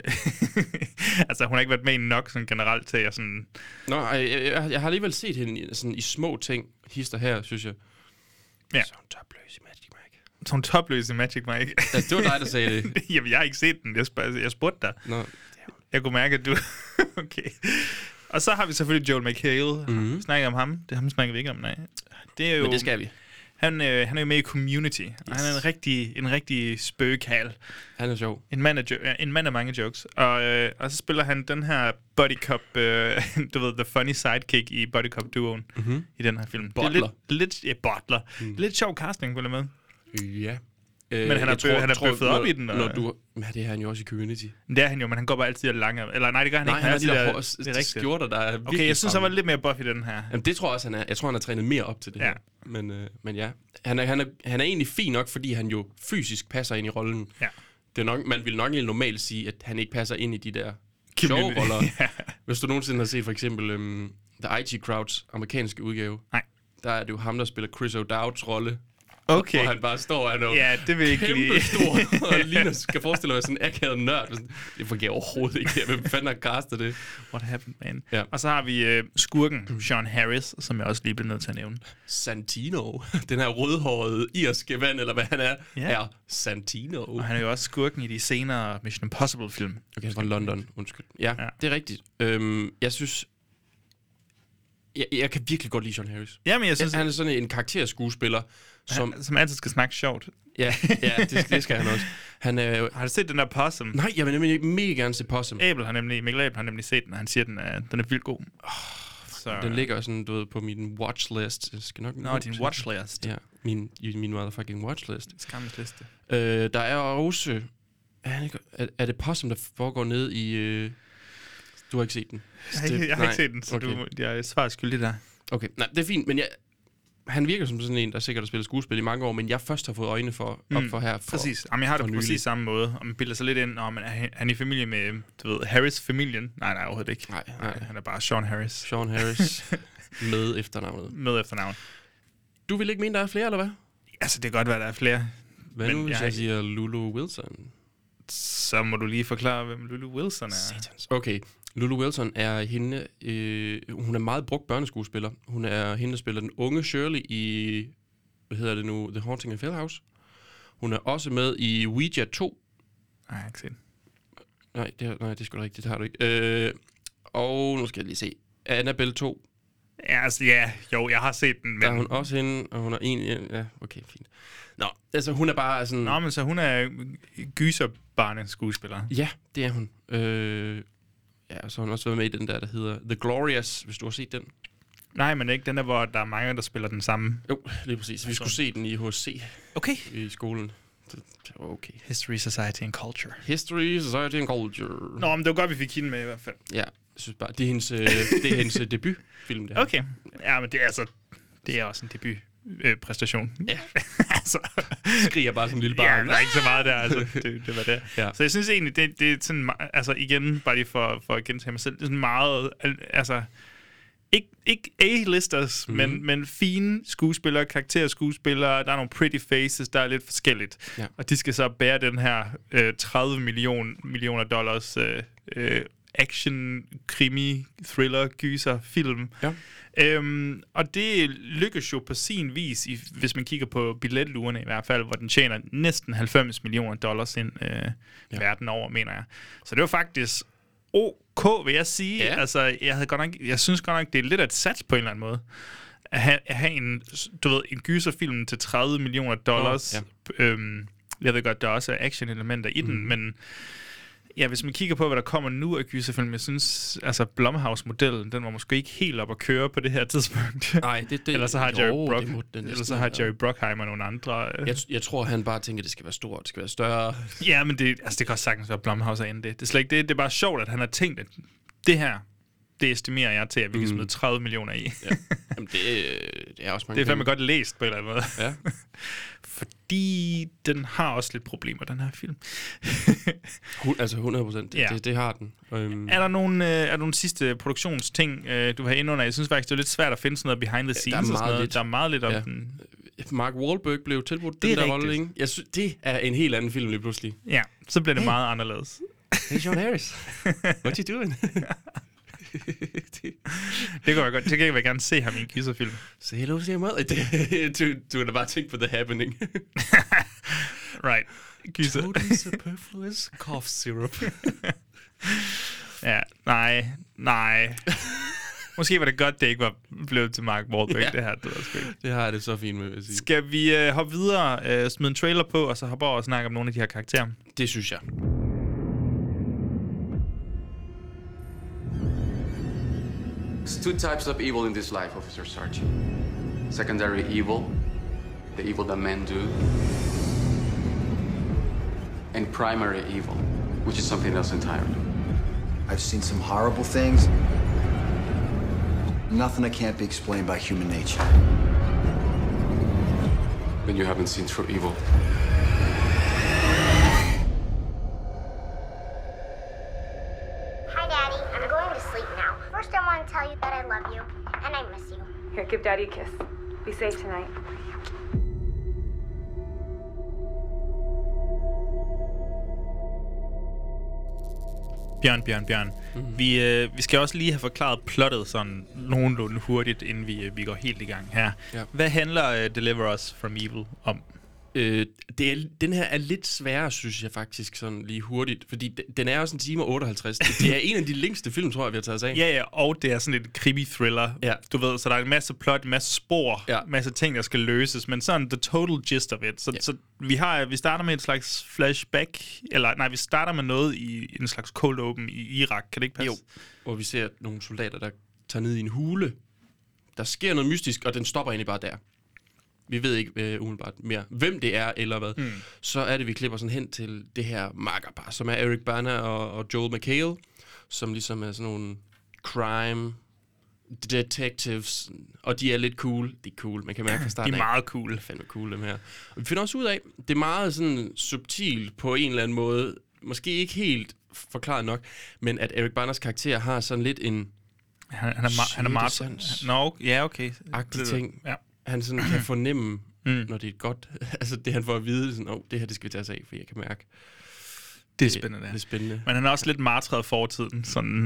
altså hun har ikke været med i nok sådan generelt til at sådan. Nå, jeg har alligevel set hende sådan i små ting hister her, synes jeg. Ja. Så hun topløs i Magic Mike. Så hun topløs i Magic Mike. Altså, det var dig, der sagde det. Jamen, jeg har ikke set den. Jeg spurgte dig. Nå. Jeg kunne mærke, at du... Okay. Og så har vi selvfølgelig Joel McHale. Snakker om ham. Det ham snakker vi ikke om, nej. Det er jo... Men det skal vi. Han er jo med i Community, og han er en rigtig spøgekal. Han er sjov. En mand af mange jokes. Og så spiller han den her buddy cop, du ved, the funny sidekick i buddy cop duoen i den her film. Butler. Det er Butler. Lidt sjov casting, på den måde. Ja. Men han er bøffet op i den. Men det er han jo også i Community. Det er han jo, men han går bare altid lange. Eller nej, det gør han ikke. Han har de der skjorter, der er okay, jeg synes, han var lidt mere buff i den her. Jamen, det tror jeg også, han er. Jeg tror, han har trænet mere op til det her. Men ja, han er egentlig fin nok, fordi han jo fysisk passer ind i rollen. Ja. Det er nok, man vil nok normalt sige, at han ikke passer ind i de der sjove roller. Ja. Hvis du nogensinde har set for eksempel The IT Crowds amerikanske udgave. Nej. Der er det jo ham, der spiller Chris O'Dowds rolle. Okay. Hvor han bare står og er ja, det vil ikke kæmpe stor, og ligner, skal forestille mig sådan en akavet nørd. Det fungerer overhovedet ikke. Hvem fanden har castet det? What happened, man? Ja. Og så har vi skurken, Sean Harris, som jeg også lige bliver nødt til at nævne. Santino. Den her rødhårede irske mand, eller hvad han er, er Santino. Og han er jo også skurken i de senere Mission Impossible-film. Okay, fra London. Undskyld. Ja, det er rigtigt. Jeg synes... Jeg kan virkelig godt lide Sean Harris. Jamen, jeg synes... Han er sådan en karakterskuespiller, som altid skal snakke sjovt. Ja, det skal han også. Har du set den der Possum? Nej, jeg vil nemlig mega gerne se Possum. Mikkel Abel har nemlig set den, og han siger, den er vildt god. Så, den ligger sådan, du ved, på min watchlist. Din watchlist? Ja, min motherfucking watchlist. Skammesliste. Der er også... Er det Possum, der foregår nede i... Du har ikke set den? Jeg har ikke set den, så okay. Jeg er svaret skyldig der. Okay, nej, det er fint, men han virker som sådan en, der sikkert har spillet skuespil i mange år, men jeg først har fået øjne for, op for her. Præcis. Jamen, jeg har det på præcis samme måde, og man bilder sig lidt ind, og man er han i familie med, du ved, Harris-familien? Nej, overhovedet ikke. Nej, han er bare Sean Harris. Sean Harris med efternavnet. Med efternavn. Du vil ikke mene, der er flere, eller hvad? Altså, det kan godt være, der er flere. Hvad nu, hvis jeg siger Lulu Wilson? Så må du lige forklare, hvem Lulu Wilson er. Satans. Okay. Lulu Wilson er hende... hun er meget brugt børneskuespiller. Hun er hende, der spiller den unge Shirley i... Hvad hedder det nu? The Haunting of Hill House. Hun er også med i Ouija 2. Nej, jeg har ikke set. Nej, det er sgu da rigtigt. Det har du ikke. Og nu skal jeg lige se. Annabelle 2. Ja, altså, jeg har set den. Men... Der er hun også hende, og hun er en... Ja, okay, fint. Nå, altså hun er bare sådan... Nå, men så hun er gyserbarneskuespiller. Ja, det er hun. Ja, så har hun også været med i den der hedder The Glorious, hvis du har set den. Nej, men ikke den der, hvor der er mange, der spiller den samme. Jo, lige præcis. Vi skulle se den i HSC. Okay. I skolen. Det var okay. History, Society and Culture. History, Society and Culture. Nå, men det var godt, vi fik hende med i hvert fald. Ja, jeg synes bare, det er hendes debutfilm, det her. Okay. Ja, men det er også en debut. Præstation. Ja. Altså. Skriger bare som en lille barn. Ja, der er ikke så meget der, altså. Det var det. Ja. Så jeg synes egentlig, det er sådan, altså igen, bare lige for at gentage mig selv, det er sådan meget, altså, ikke A-listers, men fine skuespillere, karakterskuespillere, der er nogle pretty faces, der er lidt forskelligt. Ja. Og de skal så bære den her 30 millioner dollars action, krimi, thriller, gyser, film. Ja. Og det lykkes jo på sin vis, hvis man kigger på billetluerne i hvert fald, hvor den tjener næsten 90 millioner dollars ind verden over, mener jeg. Så det var faktisk OK, vil jeg sige. Ja. Altså, jeg synes godt nok, det er lidt et sats på en eller anden måde. At have en gyserfilm til 30 millioner dollars. Jeg ved godt, der også er action-elementer i den, men Ja, hvis man kigger på, hvad der kommer nu af gyserfilm, jeg synes, altså Blumhouse-modellen, den var måske ikke helt op at køre på det her tidspunkt. Nej, det Eller så har Jerry Bruckheimer nogle andre. Jeg tror, han bare tænker, at det skal være stort, det skal være større. Ja, men det kan også sagtens være Blumhouse er det. Det er slet ikke det. Det er bare sjovt, at han har tænkt, at det her, det estimerer jeg til, at vi kan smide 30 millioner i. Ja. Jamen, det er også mange. Det er fandme godt læst på en eller anden måde. Ja. Fordi den har også lidt problemer, den her film. Altså 100%. Det har den. Er der nogle sidste produktionsting, du har inde under? Jeg synes faktisk, det er lidt svært at finde sådan noget behind the scenes. Der er meget lidt om den. Mark Wahlberg blev tilbudt den der rolle, ikke? Jeg synes, det er en helt anden film lige pludselig. Ja, så bliver det meget anderledes. Hey, John Harris. What you doing? Det kan jeg godt. Det kan jeg gerne se ham i en gyserfilm. Say hello to your mother. Du kan da bare tænke på The Happening. Right. Gyser. Totally superfluous cough syrup. Ja, nej. Måske var det godt, det ikke var blevet til Mark Wahlberg, det her. Det har det så fint med, vil jeg sige. Skal vi hoppe videre, smide en trailer på, og så hoppe over og snakke om nogle af de her karakterer? Det synes jeg. There's two types of evil in this life, Officer Sarchi. Secondary evil, the evil that men do, and primary evil, which is something else entirely. I've seen some horrible things. Nothing that can't be explained by human nature. Then you haven't seen true evil. Hi, Daddy. I'm going to sleep now. First, I want to tell you that I love you, and I miss you. Here, give Daddy a kiss. Be safe tonight. Bjørn. Vi skal også lige have forklaret plottet sådan nogenlunde hurtigt, inden vi går helt i gang her. Ja. Hvad handler Deliver Us From Evil om? Den her er lidt sværere, synes jeg faktisk, sådan lige hurtigt. Fordi den er også en time og 58. Det er en af de længste film, tror jeg, vi har taget os af. Ja, og det er sådan et krimi-thriller. Ja. Du ved, så der er en masse plot, en masse spor, en masse ting, der skal løses. Men sådan the total gist of it. Så vi starter med et slags flashback. Eller nej, vi starter med noget i en slags cold open i Irak. Kan det ikke passe? Jo, hvor vi ser nogle soldater, der tager ned i en hule. Der sker noget mystisk, og den stopper egentlig bare der. Vi ved ikke umiddelbart mere, hvem det er, eller hvad. Så er det, vi klipper sådan hen til det her makkerpar, som er Eric Bana og Joel McHale, som ligesom er sådan nogle crime detectives, og de er lidt cool. De er cool, man kan mærke fra starten. De er meget cool. Det er fandme cool, dem her. Og vi finder også ud af, det er meget sådan subtilt på en eller anden måde, måske ikke helt forklaret nok, men at Eric Banas karakter har sådan lidt en... Han er meget... Nå, ja, okay. Agtig ting. Ja. Han sådan kan fornemme, når det er godt. Altså det, han får at vide, sådan, det her, det skal vi tage os af, for jeg kan mærke. Det er spændende. Det er spændende. Men han er også lidt martret fortiden. Sådan,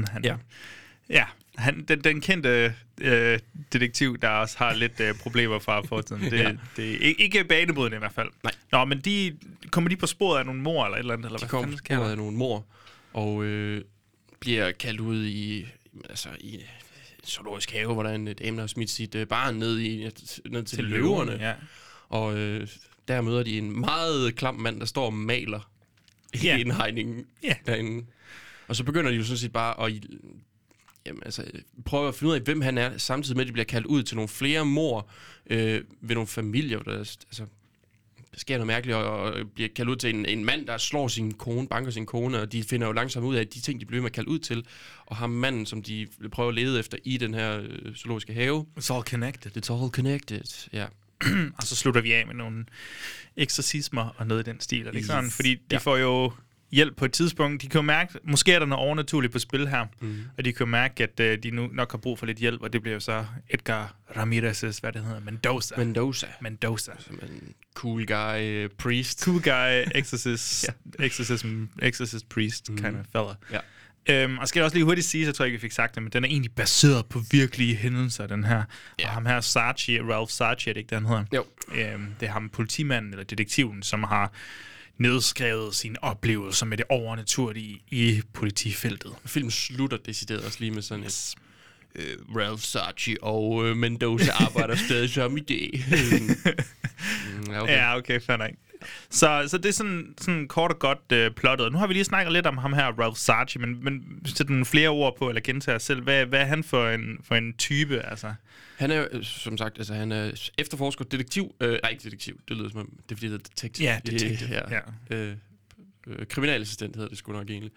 den kendte detektiv, der også har lidt problemer fra fortiden. Det er ikke banebrydende i hvert fald. Nej. Nå, men kommer de på sporet af nogle mor eller et eller andet? Eller de kommer på sporet af nogle mor, og bliver kaldt ud i zoologisk have, hvor der er en dame, der har smidt sit barn ned til løverne. Ja. Og der møder de en meget klam mand, der står og maler i indhegningen derinde. Og så begynder de jo sådan set bare at prøve at finde ud af, hvem han er, samtidig med, at de bliver kaldt ud til nogle flere mord ved nogle familier, der sker noget mærkeligt, og bliver kaldt ud til en mand, der slår sin kone, banker sin kone, og de finder jo langsomt ud af, at de ting, de bliver med at kalde ud til, og ham manden, som de prøver at lede efter i den her zoologiske have. It's all connected. It's all connected, ja. Og så slutter vi af med nogle eksorcismer og noget i den stil, er det ikke sådan? Fordi de får jo hjælp på et tidspunkt. De kan jo mærke, måske er der noget overnaturligt på spil her, og de kan jo mærke, at de nu nok har brug for lidt hjælp, og det bliver jo så Edgar Ramirez's, hvad det hedder, Mendoza. Som en cool guy priest. Cool guy exorcist, exorcist priest kind of fella. Ja. Og skal jeg også lige hurtigt sige, så tror jeg ikke, vi fik sagt det, men den er egentlig baseret på virkelige hændelser, den her. Ja. Og ham her, Ralph Sarchi, er det ikke, den hedder? Jo. Det er ham, politimanden, eller detektiven, som har nedskrevet sine oplevelser med det overnaturlige i politifeltet. Filmen slutter decideret også lige med sådan et Ralph Sarchi og Mendoza arbejder stadig som idé. Okay. Ja, okay, fair nok. Så det er sådan kort og godt plottet. Nu har vi lige snakket lidt om ham her, Ralph Sarchi, men sæt nogle flere ord på, eller gentage os selv. Hvad er han for en type, altså? Han er som sagt, altså han er efterforsker, detektiv. Ikke detektiv, det lyder som om, det er fordi, det er detektiv. Ja, detektiv, ja. Kriminalassistent hedder det sgu nok egentlig.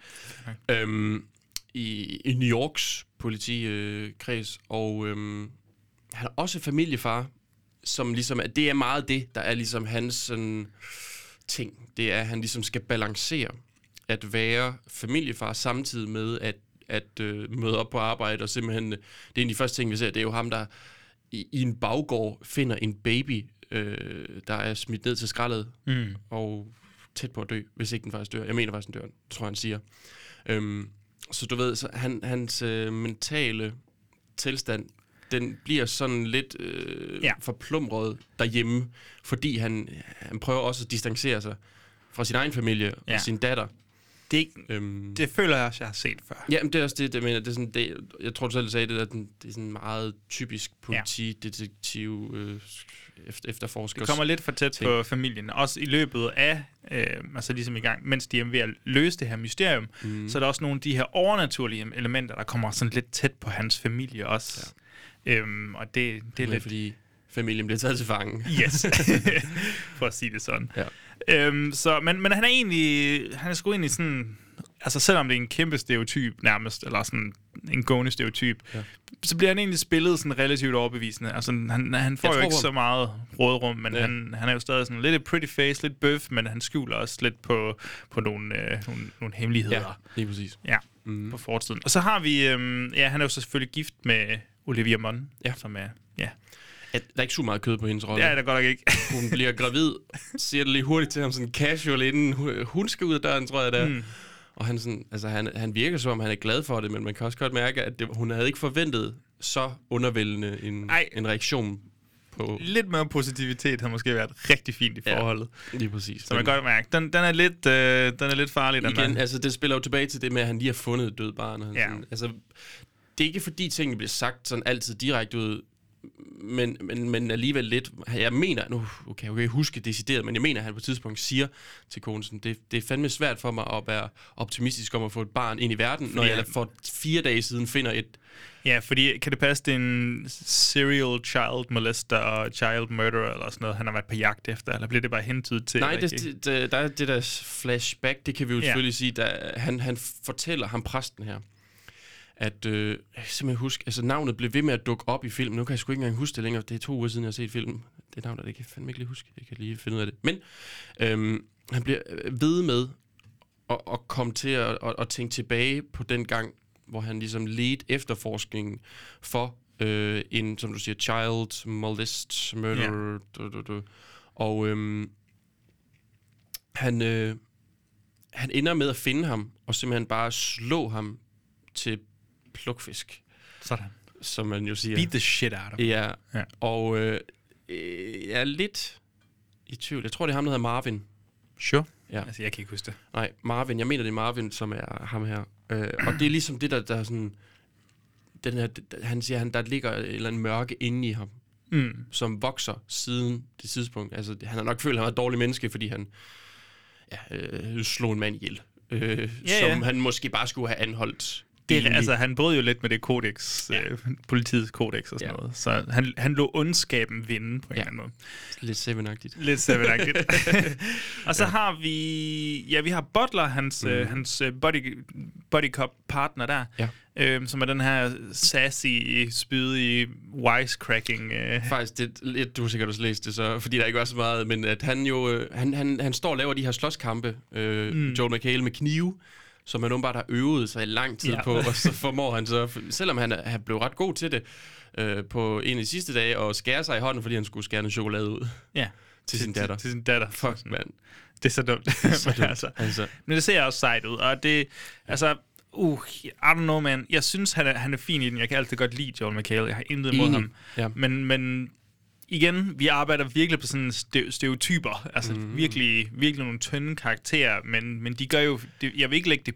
I New Yorks politikreds, og han er også familiefar, som ligesom, det er meget det, der er ligesom hans sådan, ting. Det er, at han ligesom skal balancere at være familiefar samtidig med at møde op på arbejde, og simpelthen, det er en af de første ting, vi ser, det er jo ham, der i en baggård finder en baby, der er smidt ned til skraldet, og tæt på at dø, hvis ikke den faktisk dør. Jeg mener faktisk, den dør, tror jeg, han siger. Så du ved, så hans mentale tilstand, den bliver sådan lidt forplumret derhjemme, fordi han prøver også at distancere sig fra sin egen familie og sin datter. Det føler jeg også, jeg har set før. Ja, men det er også det, jeg mener. Det er sådan, jeg tror, du selv sagde det, at det er sådan meget typisk politidetektiv efterforsker. Det kommer lidt for tæt på familien. Også i løbet af, altså ligesom i gang, mens de er ved at løse det her mysterium, så er der også nogle af de her overnaturlige elementer, der kommer sådan lidt tæt på hans familie også. Ja. Og det er lidt... fordi familien bliver taget til fange. Yes. For at sige det sådan. Ja. Men han er sgu egentlig sådan, altså selvom det er en kæmpe stereotyp nærmest, eller sådan en gående stereotyp, så bliver han egentlig spillet sådan relativt overbevisende. Altså han får jo ikke så meget rådrum, men han er jo stadig sådan lidt et pretty face, lidt bøf, men han skjuler også lidt på nogle hemmeligheder. Ja, lige præcis. Ja, på fortiden. Og så har vi, han er jo så selvfølgelig gift med Olivia Munn, som er, der er ikke så meget kød på hendes rolle. Ja, der går nok ikke. Hun bliver gravid, siger det lige hurtigt til ham, sådan casual, inden hun skal ud af døren, tror jeg, der. Og han, sådan, altså, han virker som om, han er glad for det, men man kan også godt mærke, at hun havde ikke forventet så undervældende en reaktion på... Lidt mere positivitet har måske været rigtig fint i forholdet. Ja, lige præcis. Så man kan godt mærke, den er lidt farlig. Igen, altså det spiller jo tilbage til det med, at han lige har fundet et død barn. Sådan, altså, det er ikke fordi tingene bliver sagt sådan altid direkte ud, men alligevel lidt. Jeg mener, nu okay, jeg kan ikke huske decideret, men jeg mener, at han på et tidspunkt siger til konen, det er fandme svært for mig at være optimistisk om at få et barn ind i verden, når jeg for 4 dage siden finder et... Ja, fordi kan det passe, det er en serial child molester og child murderer eller sådan noget, han har været på jagt efter, eller bliver det bare hentydet til? Nej, der er det der flashback, det kan vi jo selvfølgelig sige, han fortæller ham præsten her, at jeg simpelthen huske, altså navnet blev ved med at dukke op i filmen. Nu kan jeg sgu ikke engang huske det længere. Det er 2 uger siden, jeg har set filmen. Det navn, det kan jeg fandme ikke lige huske. Jeg kan lige finde ud af det. Men han bliver ved med at komme til at tænke tilbage på den gang, hvor han ligesom ledte efterforskningen for en, som du siger, child molest murder. Yeah. Og han ender med at finde ham, og simpelthen bare slå ham til plukfisk. Sådan. Som man jo siger. Beat the shit out of him. Ja. Og jeg er lidt i tvivl. Jeg tror, det er ham, der hedder Marvin. Sure. Ja. Altså, jeg kan ikke huske det. Nej, Marvin. Jeg mener, det er Marvin, som er ham her. Og det er ligesom det, der er sådan... Den her, han siger, der ligger et eller andet mørke inde i ham, som vokser siden det tidspunkt. Altså, han har nok følt, at han var et dårligt menneske, fordi han slog en mand ihjel. Som han måske bare skulle have anholdt. Altså, han brød jo lidt med det kodex, politiets kodex og sådan noget. Så han lå ondskaben vinde på en eller anden måde. Lidt Seven-agtigt. Lidt Seven-agtigt. Og så har vi har Butler, hans buddy cop partner der, som er den her sassy, spydige, wisecracking. Faktisk, du har sikkert også læst det så, fordi der ikke var så meget, men at han jo, han står og laver de her slåskampe, Joel McHale med knive, som han bare har øvet sig i lang tid på, og så formår han så, selvom han blev ret god til det, på en af de sidste dage, at skære sig i hånden, fordi han skulle skære noget chokolade ud til sin datter. Til sin datter. Fuck, mand. Det er så dumt. Men det ser også sejt ud, og det, altså, I don't know, man. Jeg synes, han er fin i den. Jeg kan altid godt lide Joel McHale. Jeg har intet imod ham. Ja. Men igen, vi arbejder virkelig på sådan stereotyper. Altså virkelig nogle tynde karakterer, men de gør jo... jeg vil ikke lægge det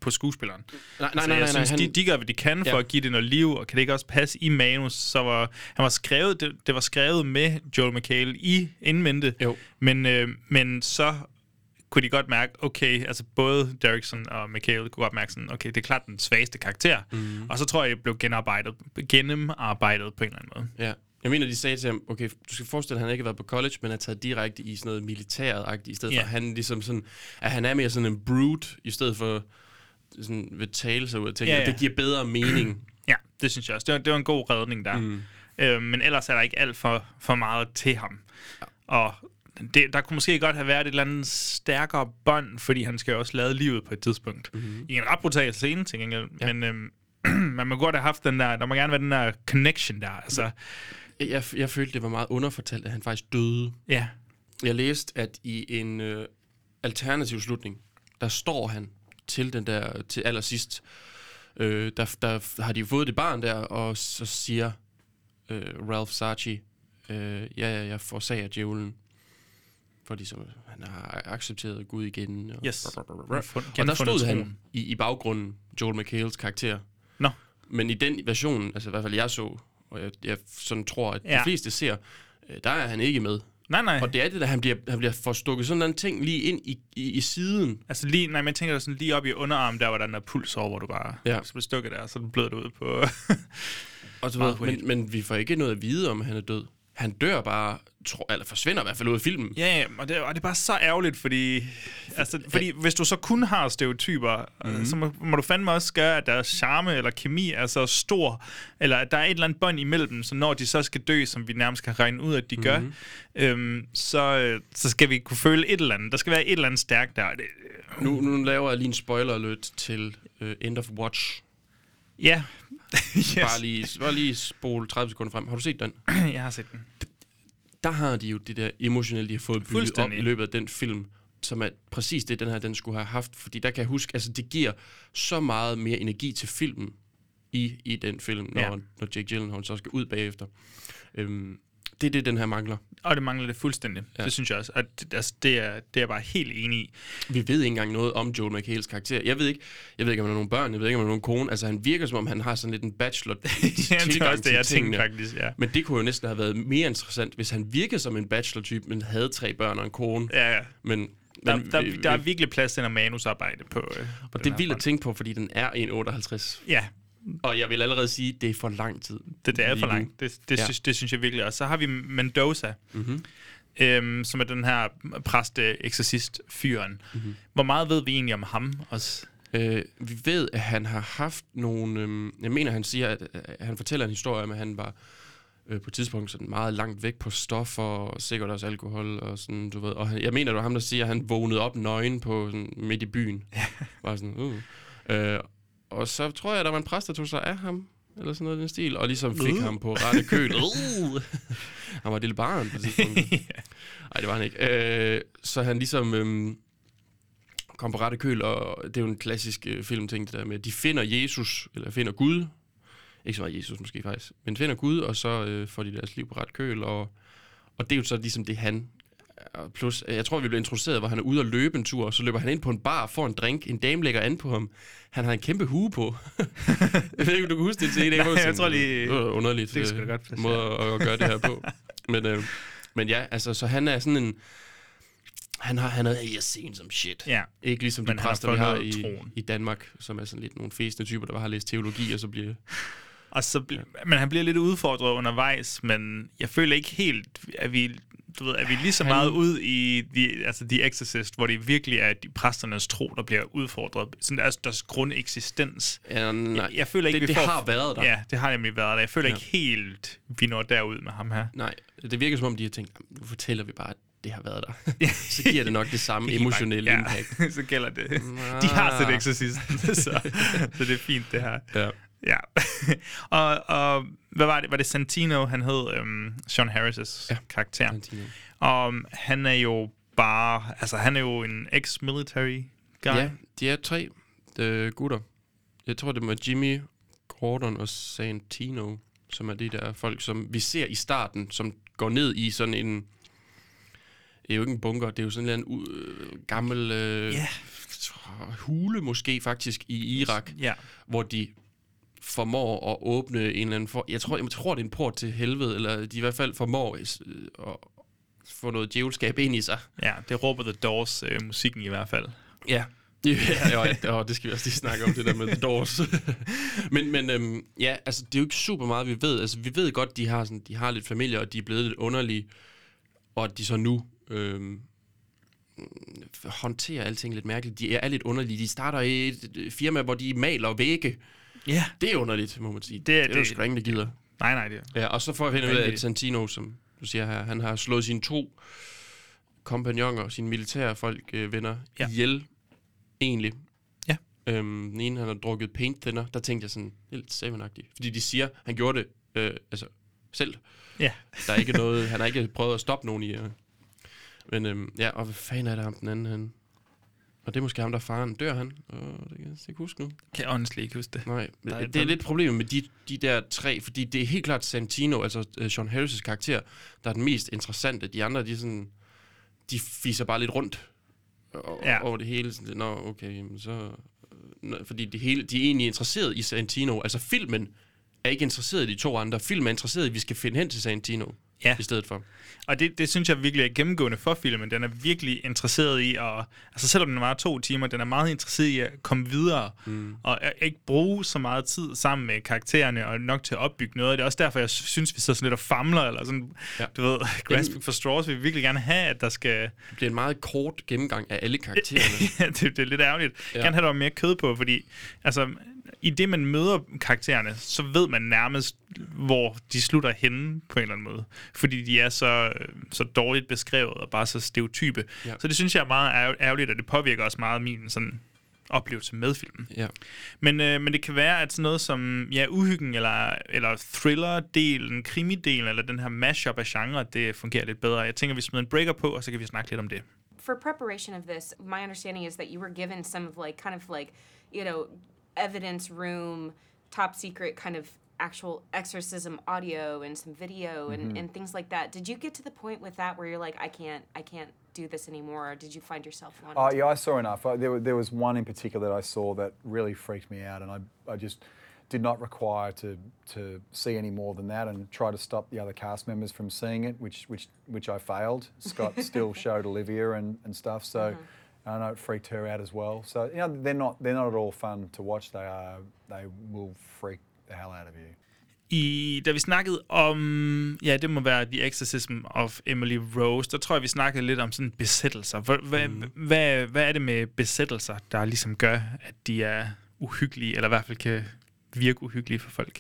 på skuespilleren. Nej, jeg synes, de gør, hvad de kan for at give det noget liv, og kan det ikke også passe i manus? Så han var skrevet, det var skrevet med Joel McHale i indmente, men så kunne de godt mærke, okay, altså både Derrickson og McHale kunne godt mærke sådan, okay, det er klart den svageste karakter, og så tror jeg, det blev gennemarbejdet på en eller anden måde. Ja. Jeg mener, de sagde til ham, okay, du skal forestille, at han ikke har været på college, men er taget direkte i sådan noget militæret-agtigt, i stedet for, at han ligesom sådan, at han er mere sådan en brute, i stedet for sådan ved tale sig ud af ting. Ja. Det giver bedre mening. Ja, det synes jeg også. Det var en god redning der. Men ellers er der ikke alt for meget til ham. Ja. Og der kunne måske godt have været et eller andet stærkere bånd, fordi han skal jo også lade livet på et tidspunkt. I en ret brutal scene, til gengæld. Ja. Men man må godt have haft den der, der må gerne være den der connection der. Altså. Jeg følte, det var meget underfortalt, at han faktisk døde. Ja. Jeg læste, at i en alternativ slutning, der står han til den der, til allersidst, der har de jo fået det barn der, og så siger Ralph Sarchi, jeg forsager djævlen. Fordi så, han har accepteret Gud igen. Og, og der stod han i baggrunden, Joel McHales karakter. Nå. Men i den version, altså i hvert fald jeg så, og jeg sådan tror, at de fleste ser, der er han ikke med. Nej. Og det er det, der han bliver forstukket sådan en ting lige ind i siden. Altså lige, man tænker sådan lige op i underarmen, der var der puls over, hvor du bare så blev stukket der, så blød det ud på. Og så men vi får ikke noget at vide, om han er død. Han dør bare, eller forsvinder i hvert fald ud af filmen. Ja, og det er bare så ærgerligt, fordi hvis du så kun har stereotyper, så må du fandme også gøre, at deres charme eller kemi er så stor, eller at der er et eller andet bånd imellem, så når de så skal dø, som vi nærmest kan regne ud, at de gør, så skal vi kunne føle et eller andet. Der skal være et eller andet stærkt der. Nu laver jeg lige en spoiler alert til End of Watch. Ja. Yes. Bare lige spole 30 sekunder frem. Har du set den? Jeg har set den. Der har de jo det der emotionelle, de har fået bygget op i løbet af den film, som er præcis det, den skulle have haft. Fordi der kan jeg huske, altså det giver så meget mere energi til filmen i den film, når Jake Gyllenhaal så skal ud bagefter. Det er det, den her mangler. Og det mangler det fuldstændig. Ja. Det synes jeg også. Og det er jeg bare helt enig i. Vi ved ikke engang noget om Joel McHales karakter. Jeg ved ikke, om han har nogle børn. Jeg ved ikke, om han har nogen kone. Altså, han virker som om, han har sådan lidt en bachelor tilgang til tingene. Faktisk, ja. Men det kunne jo næsten have været mere interessant, hvis han virkede som en bachelor-type, men havde 3 børn og en kone. Ja. Men der er virkelig plads til en manusarbejde på og det er vildt at tænke på, fordi den er 1,58. Ja. Og jeg vil allerede sige, at det er for lang tid. Det er for langt. Det synes jeg virkelig. Og så har vi Mendoza, som er den her præste-eksorcist-fyren. Hvor meget ved vi egentlig om ham også? Vi ved, at han har haft nogle... jeg mener, han siger, at han fortæller en historie om, at han var på et tidspunkt sådan meget langt væk på stoffer, og sikkert også alkohol, og sådan, du ved. Og jeg mener, det var ham, der siger, at han vågnede op nøgen på, sådan, midt i byen. Var sådan, og så tror jeg, der var en præst, der tog sig af ham, eller sådan noget i den stil, og ligesom fik ham på rette køl. Han var et lille barn på det tidspunkt. Nej, det var han ikke. Så han ligesom kom på rette køl, og det er jo en klassisk filmting, det der med, de finder Jesus, eller finder Gud. Ikke så meget Jesus måske faktisk, men finder Gud, og så får de deres liv på ret køl, og det er jo så ligesom det, han... Plus, jeg tror, vi blev introduceret, hvor han er ude at løbe en tur, og så løber han ind på en bar, får en drink, en dame lægger an på ham. Han har en kæmpe hue på. Jeg ved ikke, om du kan huske det til. Nej, jeg tror lige... Det var underligt måde at gøre det her på. Men ja, altså, så han er sådan en... Han er scene som shit. Ja. Ikke ligesom de præster, vi har i Danmark, som er sådan lidt nogle fæsende typer, der bare har læst teologi, og så bliver... Men han bliver lidt udfordret undervejs, men jeg føler ikke helt, at vi lige så meget ud i The Exorcist, hvor det virkelig er de præsternes tro, der bliver udfordret. Sådan deres grundeksistens. Ja, nej. Jeg føler ikke, det har været der. Ja, det har nemlig været der. Jeg føler ikke helt, vi når derud med ham her. Nej, det virker som om, de har tænkt, nu fortæller vi bare, at det har været der. Så giver det nok det samme emotionelle impact. Så gælder det. De har set Exorcisten, så det er fint, det her. Ja. Og hvad var det? Var det Santino, han hed Sean Harris' karakter? Santino. Og han er jo bare... Altså, han er jo en ex-military guy. Ja, de er 3 gutter. Jeg tror, det var Jimmy, Gordon og Santino, som er de der folk, som vi ser i starten, som går ned i sådan en... Det er jo ikke en bunker, det er jo sådan en gammel... hule måske faktisk i Irak, hvor de formår at åbne en eller anden... Jeg tror, det er en port til helvede, eller de i hvert fald formår at få noget djævelskab ind i sig. Ja, det råber The Doors musikken i hvert fald. Ja. Det skal vi også lige snakke om, det der med The Doors. men ja, altså, det er jo ikke super meget, vi ved. Altså, vi ved godt, de har lidt familie, og de er blevet lidt underlige, og at de så nu håndterer alting lidt mærkeligt. De er lidt underlige. De starter i et firma, hvor de maler vægge. Ja. Det er underligt, må man sige. Det er jo sgu ingen, der gider. Nej, det er. Ja, og så får jeg finde ud af, at Santino, som du siger her, han har slået sine 2 kompagnoner, sine militære folk, venner, ihjel, egentlig. Ja. Den ene, han har drukket paint thinner. Der tænkte jeg sådan, lidt Seven-agtigt. Fordi de siger, han gjorde det selv. Ja. Der er ikke noget, han har ikke prøvet at stoppe nogen i. Men og hvad fanden er det ham den anden, han? Og det er måske ham, der er faren. Dør han? Det kan jeg ikke huske nu. Kan jeg honestly ikke huske det. Nej, det er lidt problemet med de der 3, fordi det er helt klart Santino, altså Sean Harris' karakter, der er den mest interessante. De andre, de fiser bare lidt rundt over det hele. Sådan, nå, okay, så... Fordi de er egentlig interesseret i Santino. Altså filmen er ikke interesseret i de 2 andre. Filmen er interesseret i, at vi skal finde hen til Santino i stedet for. Og det synes jeg virkelig er gennemgående for filmen. Den er virkelig interesseret i at... Altså selvom den var 2 timer, den er meget interesseret i at komme videre. Og ikke bruge så meget tid sammen med karaktererne og nok til at opbygge noget. Det er også derfor, jeg synes, vi så sådan lidt og famler, eller sådan, du ved, grasping for straws. Vi vil virkelig gerne have, at der skal... Det bliver en meget kort gennemgang af alle karaktererne. det er lidt ærgerligt. Jeg gerne have der mere kød på, fordi... Altså, i det, man møder karaktererne, så ved man nærmest, hvor de slutter henne på en eller anden måde. Fordi de er så dårligt beskrevet og bare så stereotype. Ja. Så det synes jeg er meget ærgerligt, og det påvirker også meget min sådan oplevelse med filmen. Ja. Men det kan være, at sådan noget som uhyggen eller thriller-delen, krimi-delen, eller den her mashup af genre, det fungerer lidt bedre. Jeg tænker, vi smider en breaker på, og så kan vi snakke lidt om det. For preparation of this, my understanding is that you were given some of evidence room, top secret kind of actual exorcism audio and some video and things like that. Did you get to the point with that where you're like, I can't do this anymore, or did you find yourself wanting to? I saw enough. There was one in particular that I saw that really freaked me out, and I just did not require to see any more than that, and try to stop the other cast members from seeing it, which I failed. Scott still showed Olivia and stuff, so I know it freaked her out as well. So they're not at all fun to watch. They will freak the hell out of you. Da vi snakkede om, det må være The Exorcism of Emily Rose, der tror jeg, vi snakkede lidt om sådan besættelser. Hvad er det med besættelser, der ligesom gør, at de er uhyggelige, eller i hvert fald kan virke uhyggelige for folk?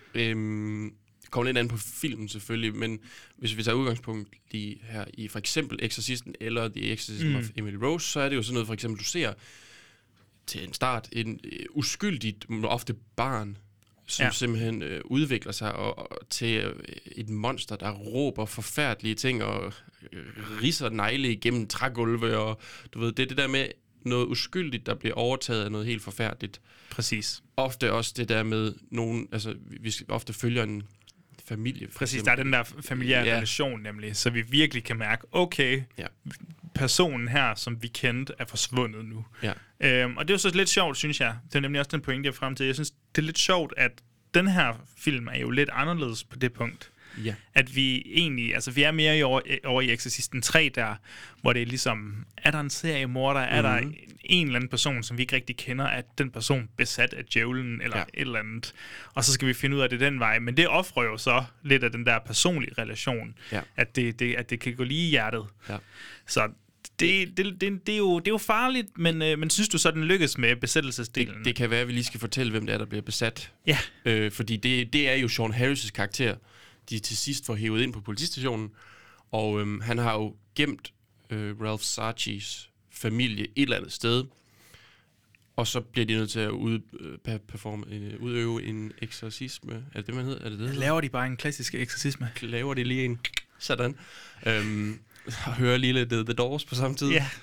Kommer lidt an på filmen selvfølgelig, men hvis vi tager udgangspunkt lige her i for eksempel Exorcisten eller The Exorcism of Emily Rose, så er det jo sådan noget, for eksempel du ser til en start en uskyldigt, ofte barn, som simpelthen udvikler sig til et monster, der råber forfærdelige ting og ridser negle igennem trægulve, og du ved, det er det der med noget uskyldigt, der bliver overtaget af noget helt forfærdeligt. Præcis. Ofte også det der med nogen, altså vi ofte følger en familie. Præcis, der er den der familiære relation nemlig, så vi virkelig kan mærke, okay, personen her, som vi kendte, er forsvundet nu. Ja. Og det er jo så lidt sjovt, synes jeg. Det er nemlig også den pointe, jeg frem til. Jeg synes, det er lidt sjovt, at den her film er jo lidt anderledes på det punkt. Ja. At vi egentlig, altså vi er mere over i Exorcisten 3 der, hvor det er ligesom, er der en seriemorder, er der en eller anden person, som vi ikke rigtig kender, at den person besat af djævlen, eller et eller andet. Og så skal vi finde ud af det den vej. Men det offrer jo så lidt af den der personlige relation, at det kan gå lige i hjertet. Ja. Så det er jo farligt, men synes du så, den lykkes med besættelsesdelen? Det kan være, at vi lige skal fortælle, hvem det er, der bliver besat. Ja. Fordi det er jo Sean Harris' karakter, de til sidst får hævet ind på politistationen. Og han har jo gemt Ralph Sarchis familie et eller andet sted. Og så bliver de nødt til at udøve en eksorcisme. Er det det, man hedder? Er det det? Laver de bare en klassisk eksorcisme? Laver de lige en sådan. Og hører lige lidt The Doors på samme tid. Ja.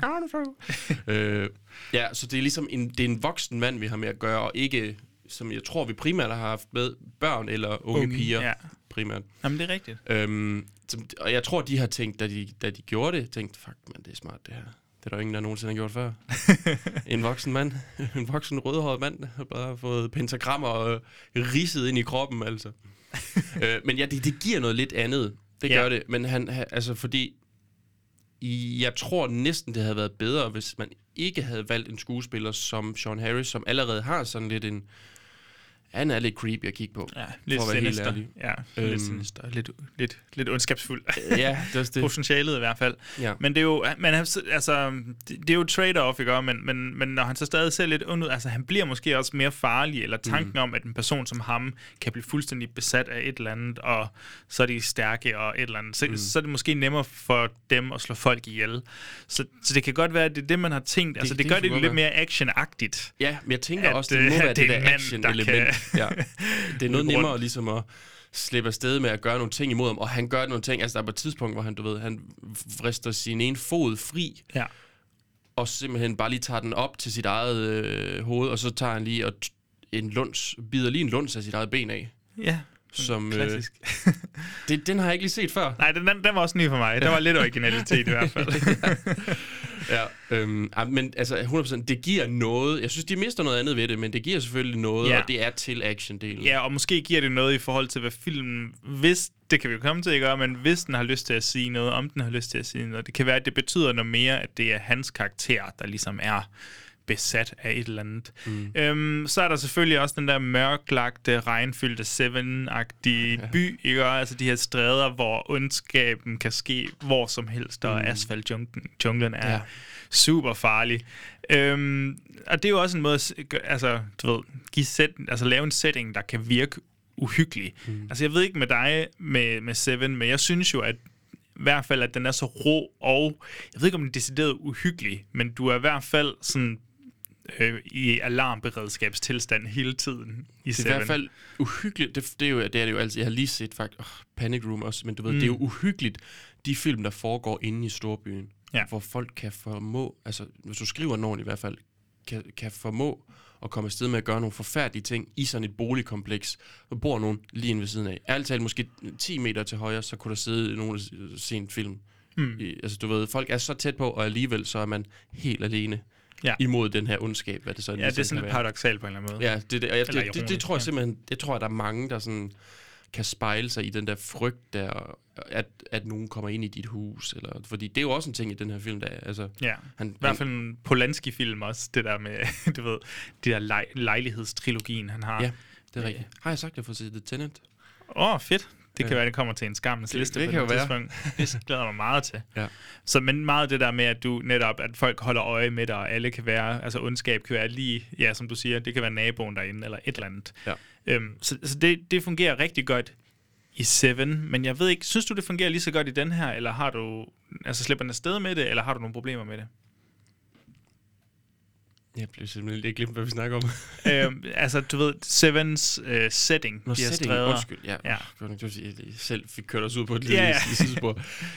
Så det er ligesom det er en voksen mand, vi har med at gøre, og ikke, som jeg tror, vi primært har haft med børn eller unge piger. Primært. Jamen, det er rigtigt. Og jeg tror, de har tænkt, da de gjorde det, fuck man, det er smart det her. Det er der ingen, der nogensinde har gjort før. En voksen mand, en voksen rødhåret mand, har bare fået pentagrammer ridset ind i kroppen, altså. Men ja, det giver noget lidt andet. Det gør det. Men altså, fordi jeg tror næsten, det havde været bedre, hvis man ikke havde valgt en skuespiller som Sean Harris, som allerede har sådan lidt en... Han er lidt creepy at kigge på. Ja, lidt sinister. Ja, lidt sinister. Lidt ondskabsfuld. Ja, det er potentialet i hvert fald. Ja. Men det er jo, det er jo trade-off, ikke? Men når han så stadig ser lidt ondt ud, altså han bliver måske også mere farlig, eller tanken om, at en person som ham kan blive fuldstændig besat af et eller andet, og så er de stærke og et eller andet. Så er det måske nemmere for dem at slå folk ihjel. Så det kan godt være, at det er det, man har tænkt. Altså det gør det lidt mere action-agtigt. Ja, men jeg tænker også, det må være det der action-element. Ja. Det er noget nemmere ligesom at slippe afsted med at gøre nogle ting imod ham, og han gør nogle ting, altså der er på et tidspunkt, hvor han vrister sin ene fod fri, og simpelthen bare lige tager den op til sit eget hoved, og så tager han lige og bider lige en luns af sit eget ben af. Ja, som klassisk. Den har jeg ikke lige set før. Nej, den var også ny for mig. Der var lidt originalitet i hvert fald. Men altså 100%, det giver noget. Jeg synes, de mister noget andet ved det, men det giver selvfølgelig noget, og det er til action-delen. Ja, og måske giver det noget i forhold til, hvad filmen, hvis, det kan vi jo komme til at gøre, men hvis den har lyst til at sige noget, om den har lyst til at sige noget, det kan være, at det betyder noget mere, at det er hans karakter, der ligesom er besat af et eller andet. Så er der selvfølgelig også den der mørklagte, regnfyldte Seven-agtige by, ikke? Altså de her stræder, hvor ondskaben kan ske hvor som helst, og asfaltjunglen er super farlig. Og det er jo også en måde at lave en setting, der kan virke uhyggelig. Altså jeg ved ikke med dig med Seven, men jeg synes jo, at i hvert fald, at den er så rå, og jeg ved ikke, om den er decideret uhyggelig, men du er i hvert fald sådan i alarmberedskabstilstand hele tiden i Seven. Det er i hvert fald uhyggeligt. Det er det jo altid. Jeg har lige set faktisk Panic Room også, men du ved, det er jo uhyggeligt, de film, der foregår inde i storbyen, hvor folk kan formå, altså hvis du skriver nogen i hvert fald, kan formå at komme afsted med at gøre nogle forfærdelige ting i sådan et boligkompleks, hvor bor nogen lige inde ved siden af. Ærligt talt, måske 10 meter til højre, så kunne der sidde nogen og se en film. Altså du ved, folk er så tæt på, og alligevel så er man helt alene imod den her ondskab, hvad det så det er sådan lidt paradoksalt på en eller anden måde. Ja, det tror jeg simpelthen, det tror jeg, der er mange, der sådan kan spejle sig i den der frygt der, at nogen kommer ind i dit hus, eller fordi det er jo også en ting i den her film, der altså... Ja, i hvert fald en Polanski-film også, det der med, du ved, det der lejlighedstrilogien, han har. Ja, det er rigtigt. Har jeg sagt, at jeg får set The Tenant? Fedt. Det kan være, det kommer til en skammens liste det på det tidspunkt. Det glæder mig meget til. Ja. Så men meget det der med, at du netop, at folk holder øje med dig, og alle kan være, altså ondskab kan være lige, ja, som du siger, det kan være naboen derinde, eller et eller andet. Ja. Så det fungerer rigtig godt i Seven, men jeg ved ikke, synes du, det fungerer lige så godt i den her, eller har du, altså slipper den afsted med det, eller har du nogle problemer med det? Jeg bliver simpelthen ikke glemt, hvad vi snakker om. Altså, du ved, Sevens setting. Nå, setting, undskyld. Ja. Jeg selv fik kørt os ud på et lille sidespor.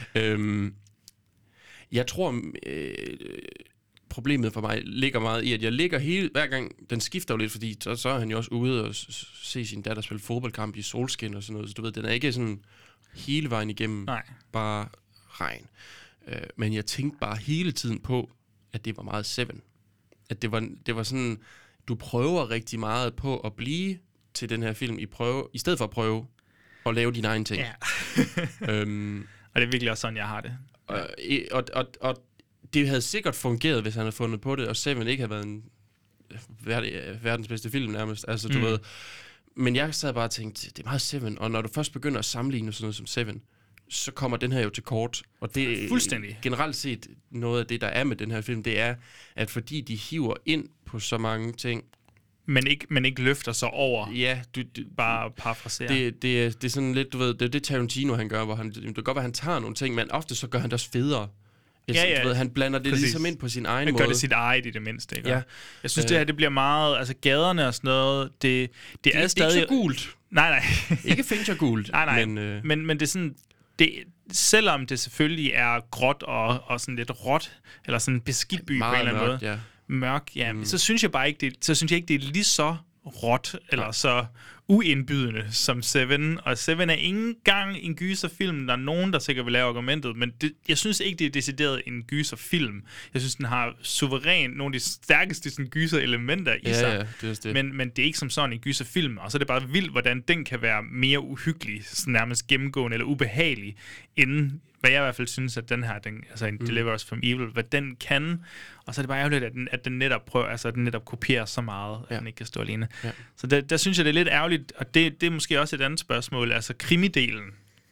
Jeg tror, problemet for mig ligger meget i, at jeg ligger hver gang, den skifter jo lidt, fordi så er han jo også ude og se sin datter spille fodboldkamp i solskin og sådan noget, så du ved, den er ikke sådan hele vejen igennem, bare regn. Men jeg tænkte bare hele tiden på, at det var meget Seven. At det var sådan, du prøver rigtig meget på at blive til den her film, i stedet for at prøve at lave dine egne ting. Ja. Og det er virkelig også sådan, jeg har det. Og det havde sikkert fungeret, hvis han havde fundet på det, og Seven ikke havde været verdens bedste film nærmest. Altså, du ved. Men jeg sad bare og tænkte, det er meget Seven, og når du først begynder at sammenligne sådan noget som Seven, så kommer den her jo til kort. Og det er generelt set noget af det, der er med den her film, det er, at fordi de hiver ind på så mange ting, men ikke løfter sig over. Ja, bare parafraserer. Det er sådan lidt, du ved, det er det Tarantino han gør, hvor det kan godt være, han tager nogle ting, men ofte så gør han det også federe. Ja. Du ved, han blander det ligesom ind på sin egen måde. Han gør det sit eget i det mindste, ikke? Ja. Jeg synes, det her, det bliver meget, altså gaderne og sådan noget, det er stadig... ikke så gult. Nej. Ikke Fincher gult. Nej. Men det er sådan... selvom det selvfølgelig er gråt og sådan lidt råt, eller sådan en beskidt by på en eller anden måde. Ja. Mørk, ja. Så synes jeg bare ikke, det er lige så råt, eller så uindbydende som Seven, og Seven er ikke engang en gyserfilm. Der er nogen, der sikkert vil lave argumentet, men jeg synes ikke, det er decideret en gyserfilm. Jeg synes, den har suverænt nogle af de stærkeste sådan, gyserelementer i sig, men det er ikke som sådan en gyserfilm, og så er det bare vildt, hvordan den kan være mere uhyggelig, sådan nærmest gennemgående eller ubehagelig, end hvad jeg i hvert fald synes, at den her, altså en Deliver Us From Evil, hvad den kan, og så er det bare ærgerligt, at den netop prøver, altså at den netop kopierer så meget, at den ikke kan stå alene. Ja. Så der synes jeg, det er lidt ærgerligt, og det er måske også et andet spørgsmål, altså krimidelen.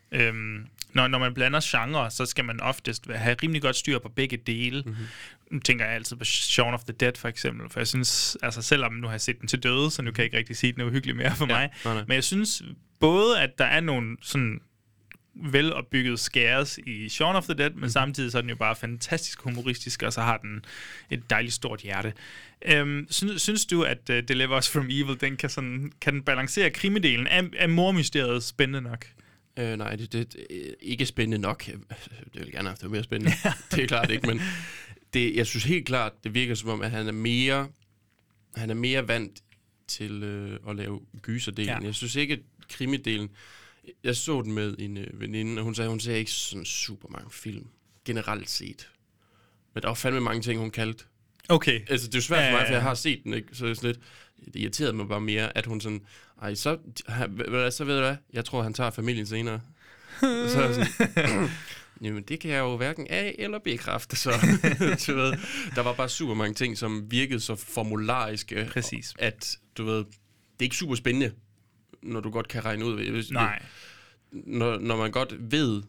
Når man blander genre, så skal man oftest have rimelig godt styr på begge dele. Nu tænker jeg altid på Shaun of the Dead, for eksempel, for jeg synes, altså selvom nu har jeg set den til døde, så nu kan jeg ikke rigtig sige, at den er uhyggelig mere for mig, men jeg synes både, at der er nogle sådan velopbygget scares i Shaun of the Dead, men samtidig så er den jo bare fantastisk humoristisk, og så har den et dejligt stort hjerte. Synes du, at Deliver Us From Evil, den kan den balancere krimidelen? Er mormysteriet spændende nok? Nej, det er ikke spændende nok. Det vil gerne have, det mere spændende. Det er klart ikke, men jeg synes helt klart, det virker som om, at han er mere vant til at lave gyserdelen. Ja. Jeg synes ikke, at krimidelen... Jeg så den med en veninde, og hun sagde, hun ser ikke sådan super mange film, generelt set. Men der var fandme mange ting, hun kaldte. Okay. Altså, det er jo svært for mig, for jeg har set den, ikke? Så det er sådan lidt... Det irriterede mig bare mere, at hun sådan... Ej, så ved du hvad? Jeg tror, han tager familien senere. Så er jeg sådan... Jamen, det kan jeg jo hverken A- eller bekræfte, så... Du ved, der var bare super mange ting, som virkede så formulariske. Præcis. At, du ved... Det er ikke super spændende, når du godt kan regne ud. Nej. Når man godt ved...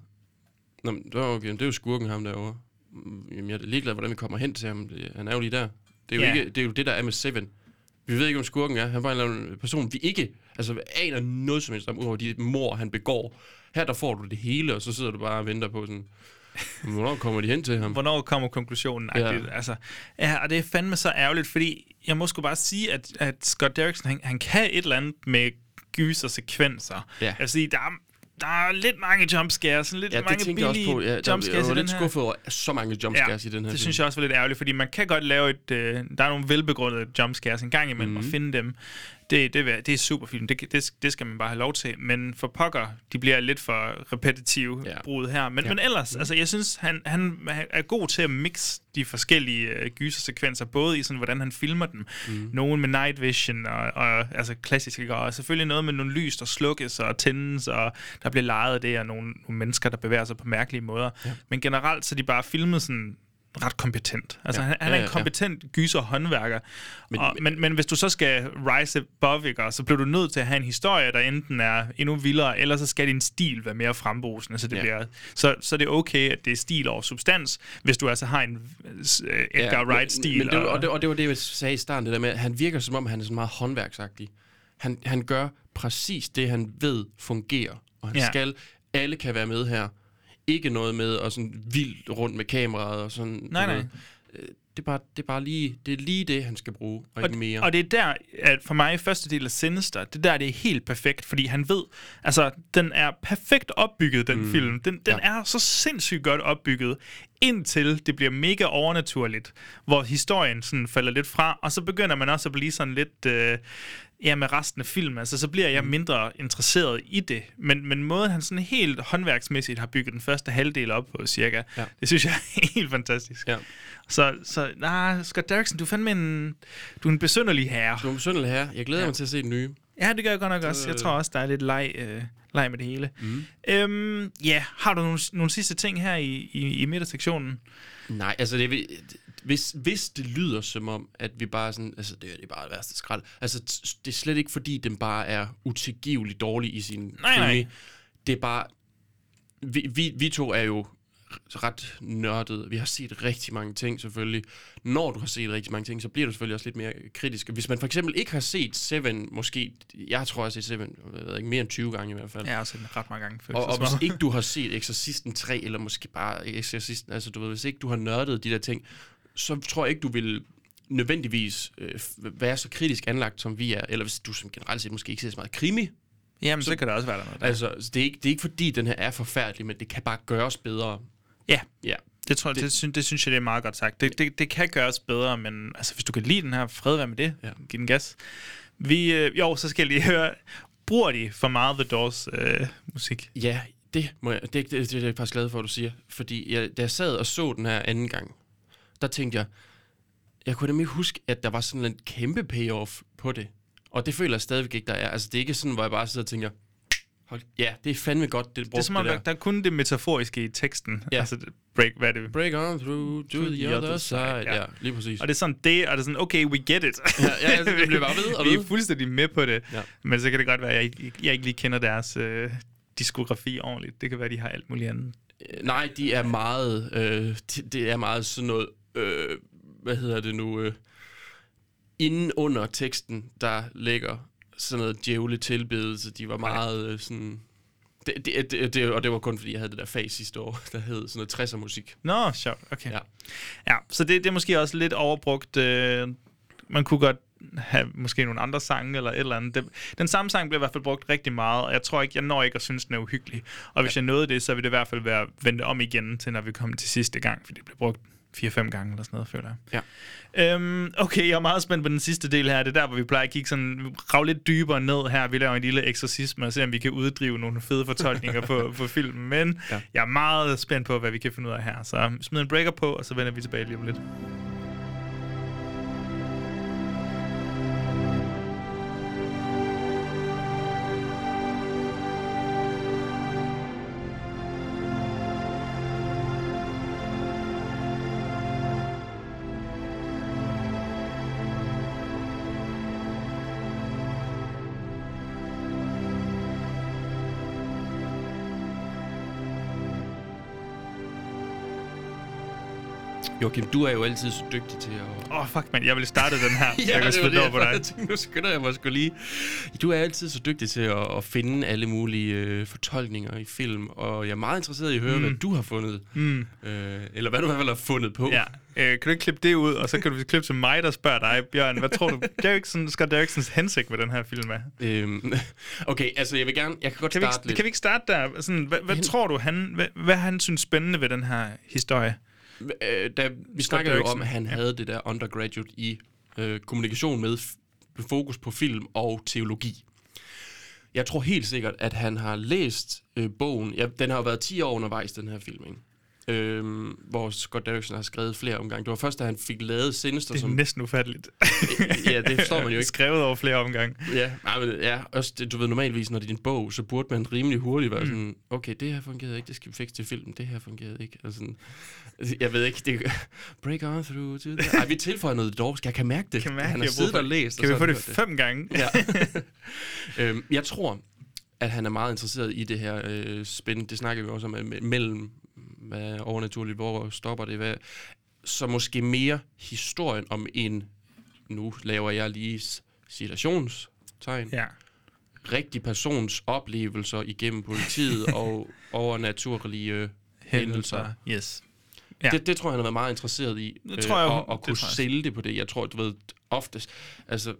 Okay, det er jo skurken ham derovre. Jamen, jeg er ligeglad, hvordan vi kommer hen til ham. Han er jo lige der. Det er jo, ikke, det er jo det, der er med Seven. Vi ved ikke, om skurken er. Han var en person, vi ikke aner noget som helst om, udover de mord, han begår. Her der får du det hele, og så sidder du bare og venter på sådan... Hvornår kommer de hen til ham? Hvornår kommer konklusionen? Ja. Altså, og det er fandme så ærgerligt, fordi jeg må sgu bare sige, at Scott Derrickson, han kan et eller andet med gysersekvenser. Ja. Altså, der er lidt mange jumpscares, lidt mange billige jumpscares i den her. Jeg var lidt skuffet over så mange jumpscares i den her. Det synes jeg også var lidt ærgerligt, fordi man kan godt lave der er nogle velbegrundede jumpscares en gang imellem at finde dem. Det er super film. Det skal man bare have lov til. Men for pokker, de bliver lidt for repetitive bruget her. Men ellers, altså jeg synes, han er god til at mixe de forskellige gysersekvenser, både i sådan, hvordan han filmer dem. Nogle med night vision, og altså klassiske, og selvfølgelig noget med nogle lys, der slukkes og tændes, og der bliver leget af det, og nogle mennesker, der bevæger sig på mærkelige måder. Ja. Men generelt, så er de bare filmet sådan ret kompetent. Altså han er en kompetent gyser-håndværker. Men hvis du så skal rise above, så bliver du nødt til at have en historie, der enten er endnu vildere, eller så skal din stil være mere frembrusende. Så det bliver, så det er okay, at det er stil over substans, hvis du altså har en Edgar Wright-stil. Og det var det, jeg sagde i starten, det der med, at han virker som om, han er sådan meget håndværksagtig. Han gør præcis det, han ved fungerer. Og han skal, alle kan være med her. Ikke noget med og sådan vildt rundt med kameraet og sådan. Nej. Det er lige det, han skal bruge, og ikke mere. Og det er der, at for mig første del af Sinister, det er helt perfekt, fordi han ved, altså den er perfekt opbygget, den film. Den er så sindssygt godt opbygget, indtil det bliver mega overnaturligt, hvor historien sådan falder lidt fra, og så begynder man også at blive sådan lidt... med resten af filmen, altså så bliver jeg mindre interesseret i det. Men måden han sådan helt håndværksmæssigt har bygget den første halvdel op på cirka, det synes jeg er helt fantastisk. Ja. Så Scott Derrickson, du er fandme en besynderlig herre. Du er en besynderlig herre. Jeg glæder mig til at se den nye. Ja, det gør jeg godt nok også. Jeg tror også, der er lidt leg med det hele. Har du nogle sidste ting her i midtersektionen? Nej, altså hvis det lyder som om, at vi bare sådan, altså det er bare det værste skrald. Altså det er slet ikke fordi, den bare er utilgiveligt dårlig i sin krimi. Det er bare, vi to er jo ret nørdede. Vi har set rigtig mange ting selvfølgelig. Når du har set rigtig mange ting, så bliver du selvfølgelig også lidt mere kritisk. Hvis man for eksempel ikke har set Seven, måske, jeg tror, jeg har set Seven, ikke mere end 20 gange i hvert fald. Jeg har set den ret mange gange. Og hvis ikke du har set Exorcisten 3, eller måske bare Exorcisten, altså du ved, hvis ikke du har nørdet de der ting, så tror jeg ikke, du vil nødvendigvis være så kritisk anlagt, som vi er. Eller hvis du som generelt set måske ikke ser så meget krimi. Jamen, så kan der også være der noget der. Altså, det er ikke fordi, den her er forfærdelig, men det kan bare gøres bedre. Ja. Det tror jeg, det synes jeg, det er meget godt sagt. Det kan gøres bedre, men altså, hvis du kan lide den her, fred være med det. Giv den gas. Så skal jeg lige høre, bruger de for meget The Doors musik? Ja, det er jeg faktisk glad for, at du siger. Fordi da jeg sad og så den her anden gang, der tænkte jeg kunne nemlig huske, at der var sådan en kæmpe payoff på det. Og det føler jeg stadigvæk ikke, der er. Altså, det er ikke sådan, hvor jeg bare sidder og tænker, ja, det er fandme godt, det er som om, der er kun det metaforiske i teksten. Ja. Altså, hvad er det? Break on through to the other side. Ja, lige præcis. Og det er sådan det, og det er sådan, okay, we get it. Ja, altså, det bliver bare ved og ved. Vi er fuldstændig med på det. Ja. Men så kan det godt være, at jeg ikke lige kender deres diskografi ordentligt. Det kan være, de har alt muligt andet. Nej, de er meget, det er meget sådan noget, hvad hedder det nu, inden under teksten, der ligger sådan noget djævle tilbedelse. De var meget sådan... Og det var kun fordi, jeg havde det der fag sidste år, der hed sådan noget 60'er musik. Nå, sjovt. Okay. Ja, så det er måske også lidt overbrugt. Man kunne godt have måske nogle andre sange eller et eller andet. Den samme sang bliver i hvert fald brugt rigtig meget, og jeg tror ikke, jeg når ikke at synes, den er uhyggelig. Og hvis jeg nåede det, så vil det i hvert fald være vendt om igen til, når vi kommer til sidste gang, fordi det bliver brugt 4-5 gange eller sådan noget, føler jeg. Ja. Okay, jeg er meget spændt på den sidste del her. Det er der, hvor vi plejer at kigge sådan, grave lidt dybere ned her. Vi laver en lille eksorcisme og se, om vi kan uddrive nogle fede fortolkninger på filmen. Men jeg er meget spændt på, hvad vi kan finde ud af her. Så smid en breaker på, og så vender vi tilbage lige om lidt. Joachim, du er jo altid så dygtig til at... Fuck, man. Jeg ville starte den her. Ja, jeg kan spille over på dig. Jeg tænkte, nu skynder jeg mig sgu lige. Du er altid så dygtig til at finde alle mulige fortolkninger i film, og jeg er meget interesseret i at høre, hvad du har fundet. Eller hvad du i hvert fald har fundet på. Ja. Kan du ikke klippe det ud, og så kan du klippe til mig, der spørger dig, Bjørn, hvad tror du, Scott Derricksons hensigt med den her film er? Okay, altså jeg kan godt starte lidt. Kan vi ikke starte der? Sådan, hvad tror du, hvad han synes spændende ved den her historie? Vi snakker jo om, at han havde det der undergraduate i kommunikation med fokus på film og teologi. Jeg tror helt sikkert, at han har læst bogen. Ja, den har jo været 10 år undervejs, den her film, ikke? Hvor Scott Derrickson har skrevet flere omgange. Det var først, da han fik lavet Sinister. Det er næsten ufatteligt. Ja, det forstår man jo ikke. Skrevet over flere omgange. Ja, også det, du ved, normalvis, når det er din bog, så burde man rimelig hurtigt være sådan, okay, det her fungerede ikke, det skal vi fikse til filmen, det her fungerede ikke. Altså, jeg ved ikke, det break on through to the... Ej, vi tilføjer noget dårsk, jeg kan mærke det. Han har siddet og læst. Kan vi få det 5 gange? Ja. Jeg tror, at han er meget interesseret i det her spænd. Det snakker vi også om mellem hvad overnaturligt, hvor stopper det, så måske mere historien om en, nu laver jeg lige citationstegn, rigtig persons oplevelser igennem politiet og overnaturlige hændelser. Yes. Ja. Det tror jeg, han har været meget interesseret i, at kunne sælge det på det. Jeg tror, du ved, oftest, altså,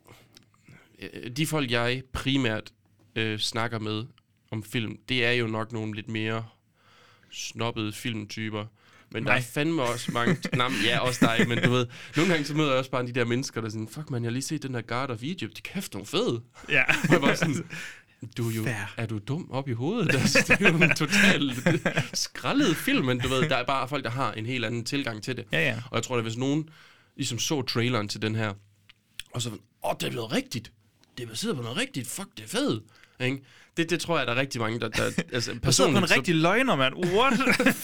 de folk, jeg primært snakker med om film, det er jo nok nogle lidt mere snobbede filmtyper. Men der er fandme også mange... også dig, men du ved... Nogle gange så møder jeg også bare de der mennesker, der er sådan, fuck man, jeg har lige set den der God of Egypt. De kæft, nogle fede. Ja. Og jeg bare sådan, er du dum op i hovedet? Det er jo en totalt skrællet film, men du ved, der er bare folk, der har en helt anden tilgang til det. Ja. Og jeg tror, at hvis nogen ligesom så traileren til den her, og så det er blevet rigtigt. Det er baseret på noget rigtigt. Fuck, det er fedt. Ikke? Det tror jeg, der er rigtig mange, der altså, personligt... på en rigtig løgner, mand. What?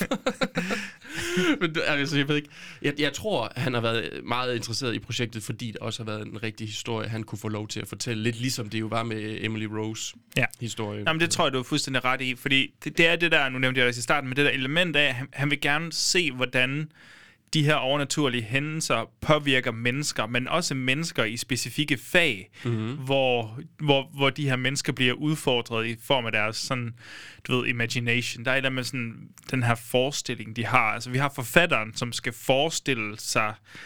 Men, altså, jeg ved ikke. Jeg tror, han har været meget interesseret i projektet, fordi det også har været en rigtig historie, han kunne få lov til at fortælle. Lidt ligesom det jo var med Emily Rose historie. Jamen, det tror jeg, du er fuldstændig ret i. Fordi det er det der, nu nævnte jeg det i starten, men det der element af, at han vil gerne se, hvordan de her overnaturlige hændelser påvirker mennesker, men også mennesker i specifikke fag, hvor de her mennesker bliver udfordret i form af deres sådan, du ved, imagination. Der er et eller andet med sådan den her forestilling, de har. Altså, vi har forfatteren, som skal forestille sig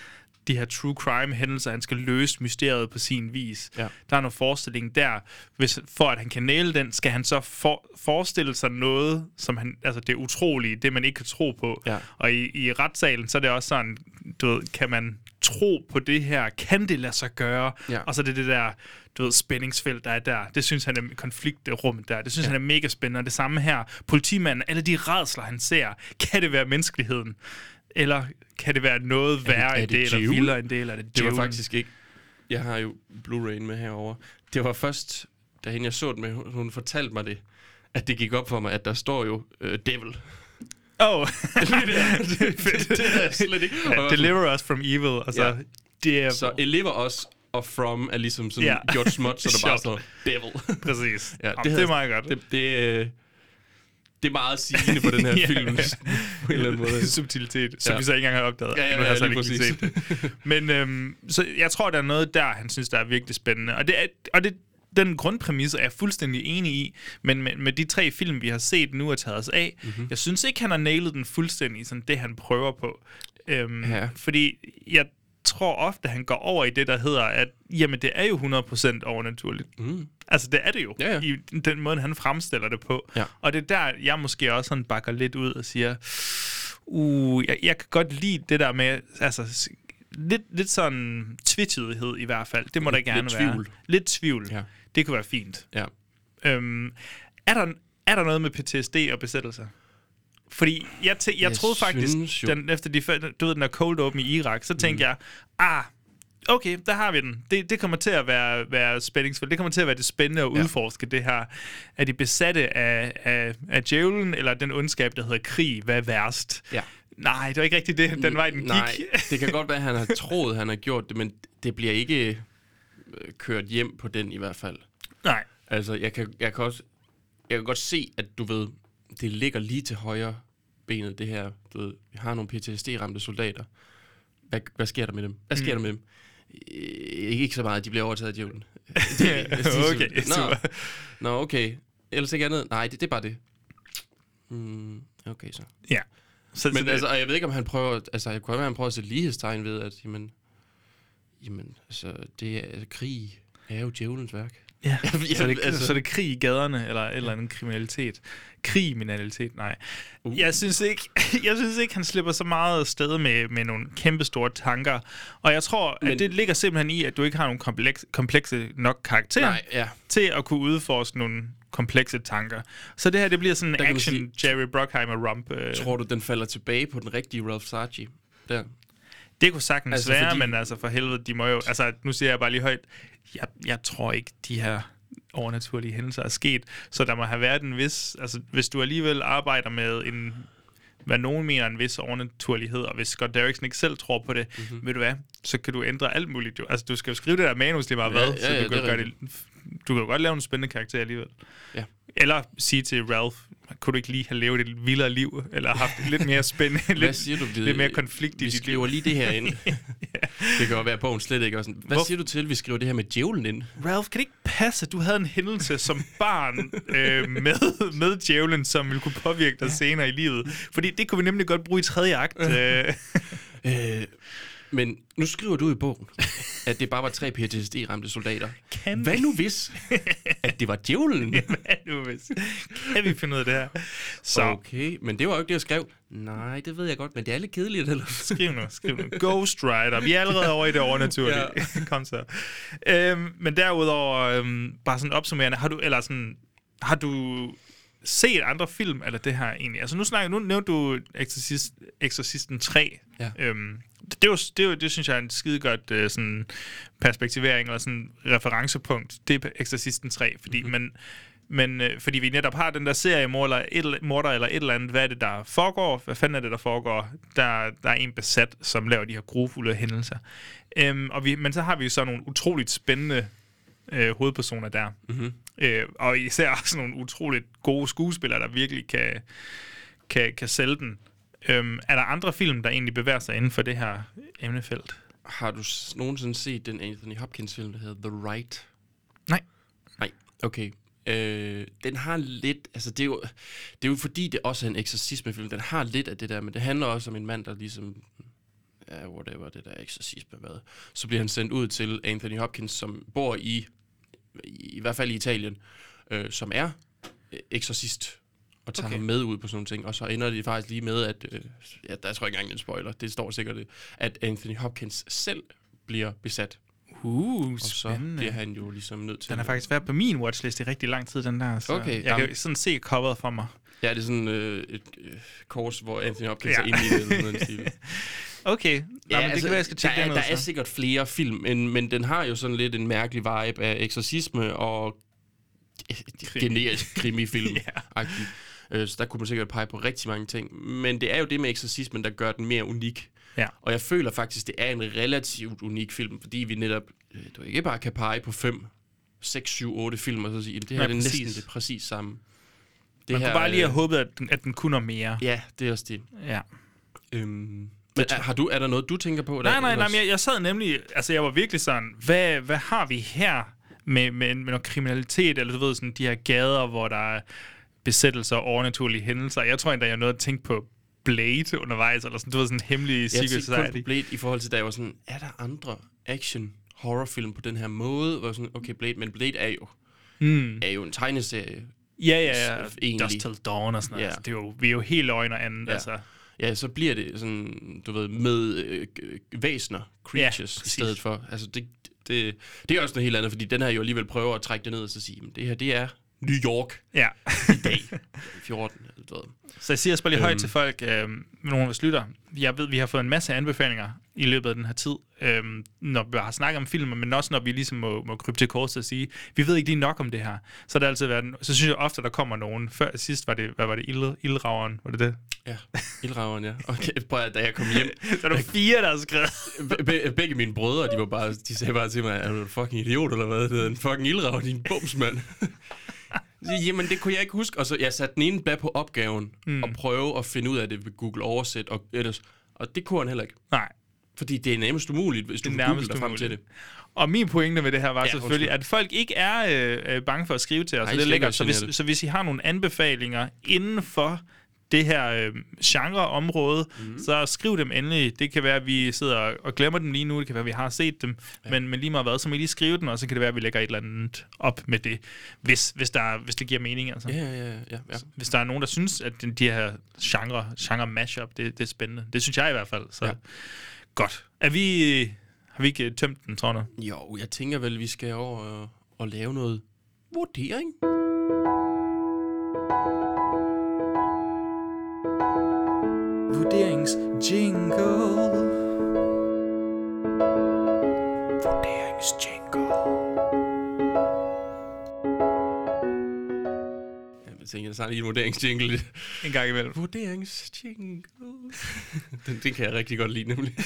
de her true crime-hændelser, han skal løse mysteriet på sin vis. Ja. Der er noget forestilling der. For at han kan næle den, skal han så forestille sig noget, som han, altså det utrolige, det man ikke kan tro på. Ja. Og i retssalen, så er det også sådan, du ved, kan man tro på det her? Kan det lade sig gøre? Ja. Og så er det der, du ved, spændingsfelt, der er der. Det synes han er konfliktrum der. Det synes han er mega spændende. Og det samme her. Politimanden, alle de rædsler, han ser. Kan det være menneskeligheden? Eller kan det være noget værre end det, eller vildere end det, eller er det Det var djævlen? faktisk ikke... Jeg har jo Blu-ray med herover. Det var først, da hende jeg så det med, hun fortalte mig det, at det gik op for mig, at der står jo Devil. det er fedt. Det er slet ikke. Deliver us from evil. Altså, det er... Så Deliver us og from er ligesom sådan gjort småt, så der bare står Devil. Præcis. Ja, det er meget godt. Det er meget sigende på den her film. På en eller anden måde. Subtilitet, som vi så ikke engang har opdaget. Ja, lige præcis. Men så jeg tror, der er noget der, han synes, der er virkelig spændende. Og den grundpræmisse er jeg fuldstændig enig i, men med de 3 film, vi har set nu og taget os af, jeg synes ikke, han har nailet den fuldstændig, sådan det, han prøver på. Fordi jeg tror ofte, han går over i det, der hedder, at jamen, det er jo 100% overnaturligt. Altså, det er det jo, i den måde, han fremstiller det på. Ja. Og det er der, jeg måske også sådan bakker lidt ud og siger, jeg kan godt lide det der med, altså, lidt sådan tvetydighed i hvert fald. Det må der gerne være. Lidt tvivl. Ja. Det kunne være fint. Ja. Er der noget med PTSD og besættelser? Fordi jeg troede faktisk, efter den der cold open i Irak, så tænkte jeg, okay, der har vi den. Det kommer til at være spændingsfuldt. Det kommer til at være det spændende at udforske det her. Er de besatte af djævlen, eller den ondskab, der hedder krig? Hvad er værst? Ja. Nej, det var ikke rigtigt den vej, den gik. Nej, det kan godt være, at han har troet, han har gjort det, men det bliver ikke kørt hjem på den i hvert fald. Nej. Altså, jeg kan godt se, at du ved, det ligger lige til højre benet, det her. Du ved, vi har nogle PTSD-ramte soldater. Hvad sker der med dem? Hvad sker der med dem? Ikke så meget, de bliver overtaget af djævlen. Okay, super. Nå, okay. Ellers ikke andet? Nej, det er bare det. Okay, så. Ja. Men altså, jeg ved ikke, om han prøver... Altså, jeg kunne være, han prøver at sætte lighedstegn ved, at jamen, altså, krig er jo djævelens værk. Ja, så er det krig i gaderne, eller et eller andet kriminalitet. Kriminalitet, nej. Jeg synes ikke, han slipper så meget afsted med nogle kæmpe store tanker. Og jeg tror, at det ligger simpelthen i, at du ikke har nogle komplekse nok karakterer til at kunne udforske nogle komplekse tanker. Så det her, det bliver sådan en action Jerry Bruckheimer-rump. Tror du, den falder tilbage på den rigtige Ralph Sargi? Der. Det kunne sagtens være, men altså for helvede, de må jo... Altså, nu siger jeg bare lige højt, jeg tror ikke, de her overnaturlige hændelser er sket, så der må have været en vis... Altså, hvis du alligevel arbejder med hvad nogen mener en vis overnaturlighed, og hvis Scott Derrickson ikke selv tror på det, ved du hvad, så kan du ændre alt muligt. Altså, du skal jo skrive det der manus lige meget hvad, så du kan gøre det... Du kan jo godt lave en spændende karakter alligevel. Ja. Eller sige til Ralph, kunne du ikke lige have levet et vildere liv, eller haft lidt mere spændende, lidt mere konflikt i dit liv? Vi skriver lige det her ind. Det kan jo være, at bogen slet ikke også. Hvad siger du til, at vi skriver det her med djævlen ind? Ralph, kan det ikke passe, at du havde en hændelse som barn med djævlen, som ville kunne påvirke dig senere i livet? Fordi det kunne vi nemlig godt bruge i 3. akt. Men nu skriver du i bogen, at det bare var 3 PTSD-ramte soldater. Hvad nu hvis, at det var djævlen? Hvad nu hvis? Kan vi finde ud af det her? Så. Okay, men det var jo ikke det, jeg skrev. Nej, det ved jeg godt, men det er lidt kedeligt. Eller? Skriv nu. Ghost Rider. Vi er allerede over i det overnaturlige. Kom så. Men derudover, bare sådan opsummerende, har du set andre film eller det her egentlig? Altså nu nævnte du Exorcisten 3. Ja. Det synes jeg er en skide godt sådan perspektivering eller sådan referencepunkt. Det er Exorcisten 3, fordi fordi vi netop har den der serie morder eller et eller andet. Hvad er det, der foregår? Hvad fanden er det, der foregår? Der er en besat, som laver de her grufulde hændelser. Men så har vi jo så nogle utroligt spændende hovedpersoner der. Og især også nogle utroligt gode skuespillere, der virkelig kan sælge den. Er der andre film, der egentlig bevæger sig inden for det her emnefelt? Har du nogensinde set den Anthony Hopkins-film, der hedder The Right? Nej. Nej, okay. Den har lidt... Altså, det er jo fordi, det også er en eksorcismefilm. Den har lidt af det der, men det handler også om en mand, der ligesom whatever, det der eksorcisme, hvad. Så bliver han sendt ud til Anthony Hopkins, som bor i hvert fald i Italien, som er eksorcist, og tager ham med ud på sådan nogle ting. Og så ender det faktisk lige med, at, der tror jeg ikke engang en spoiler, det står sikkert, at Anthony Hopkins selv bliver besat. Og så spændende. bliver han jo ligesom nødt til... Den har faktisk været på min watchlist i rigtig lang tid, den der. Så okay, jeg kan sådan se coveret for mig. Ja, det er sådan et kors, hvor Anthony Hopkins er inde i det. Eller sådan stil. Okay. Nå, men det kan være, jeg skal tjekke den ud. Der er sikkert flere film, men den har jo sådan lidt en mærkelig vibe af eksorcisme og generisk krimifilm. Så der kunne man sikkert pege på rigtig mange ting. Men det er jo det med eksorcismen, der gør den mere unik. Ja. Og jeg føler faktisk, det er en relativt unik film, fordi vi netop, du ikke bare kan pege på 5, 6, 7, 8 film, og så sige, det her er næsten det præcis samme. Det man her, kunne bare lige have håbet, at den kunne noget mere. Ja, det er også det. Ja. Men er der noget, du tænker på? Nej, men jeg sad nemlig, altså jeg var virkelig sådan, hvad har vi her med noget kriminalitet, eller du ved, sådan de her gader, hvor der er besættelser og overnaturlige hændelser. Jeg tror endda, jeg nåede at tænke på Blade undervejs, eller sådan, du ved, sådan en hemmelig secret society. Jeg tænkte på Blade i forhold til, da jeg var sådan, er der andre action-horrorfilm på den her måde? Hvor sådan, okay, Blade er jo en tegneserie. Ja. Dusk Till Dawn og sådan noget. Altså, det er jo, vi er jo helt øjne og andet, altså. Ja, så bliver det sådan, du ved, med væsener, creatures, i stedet for. Altså, det er også noget helt andet, fordi den her jo alligevel prøver at trække det ned og så sige, det her, det er New York i dag. 14, eller hvad. Så jeg siger bare lige højt til folk, nogle af os lytter. Jeg ved, vi har fået en masse anbefalinger i løbet af den her tid, når vi har snakket om filmer, men også når vi ligesom må krybe til korset og sige, vi ved ikke lige nok om det her. Så der altid været, så synes jeg ofte, der kommer nogen. Før sidst var det, hvad var det, Ildraveren? Var det det? Ja, Ildraveren, ja. Okay, prøv, da jeg kom hjem. Så er der 4, der har skrevet. Begge mine brødre, de sagde bare til mig, er du en fucking idiot, eller hvad? Det er en fucking Ildraver, din bumsmand. Jamen, det kunne jeg ikke huske. Og så jeg satte den ene bag på opgaven og prøve at finde ud af det ved Google Oversæt og ellers. Og det kunne han heller ikke. Nej. Fordi det er nærmest umuligt, hvis du kan google dig frem til det. Og min pointe med det her var selvfølgelig, at folk ikke er bange for at skrive til os. Så det er lækkert. Så hvis I har nogle anbefalinger inden for det her genreområde, så skriv dem endelig. Det kan være, at vi sidder og glemmer dem lige nu. Det kan være, at vi har set dem. Ja. Men lige meget hvad, så må I lige skrive dem, og så kan det være, at vi lægger et eller andet op med det. Hvis det giver mening, altså. Ja. Hvis der er nogen, der synes, at de her genre mashup, det er spændende. Det synes jeg i hvert fald. Så godt. Har vi ikke tømt den, tror du? Jo, jeg tænker vel, vi skal over og lave noget vurdering. Vurderingsjingle. Vurderingsjingle. Jeg tænker, der er lige en vurderingsjingle. En gang imellem. Vurderingsjingle. det kan jeg rigtig godt lide, nemlig.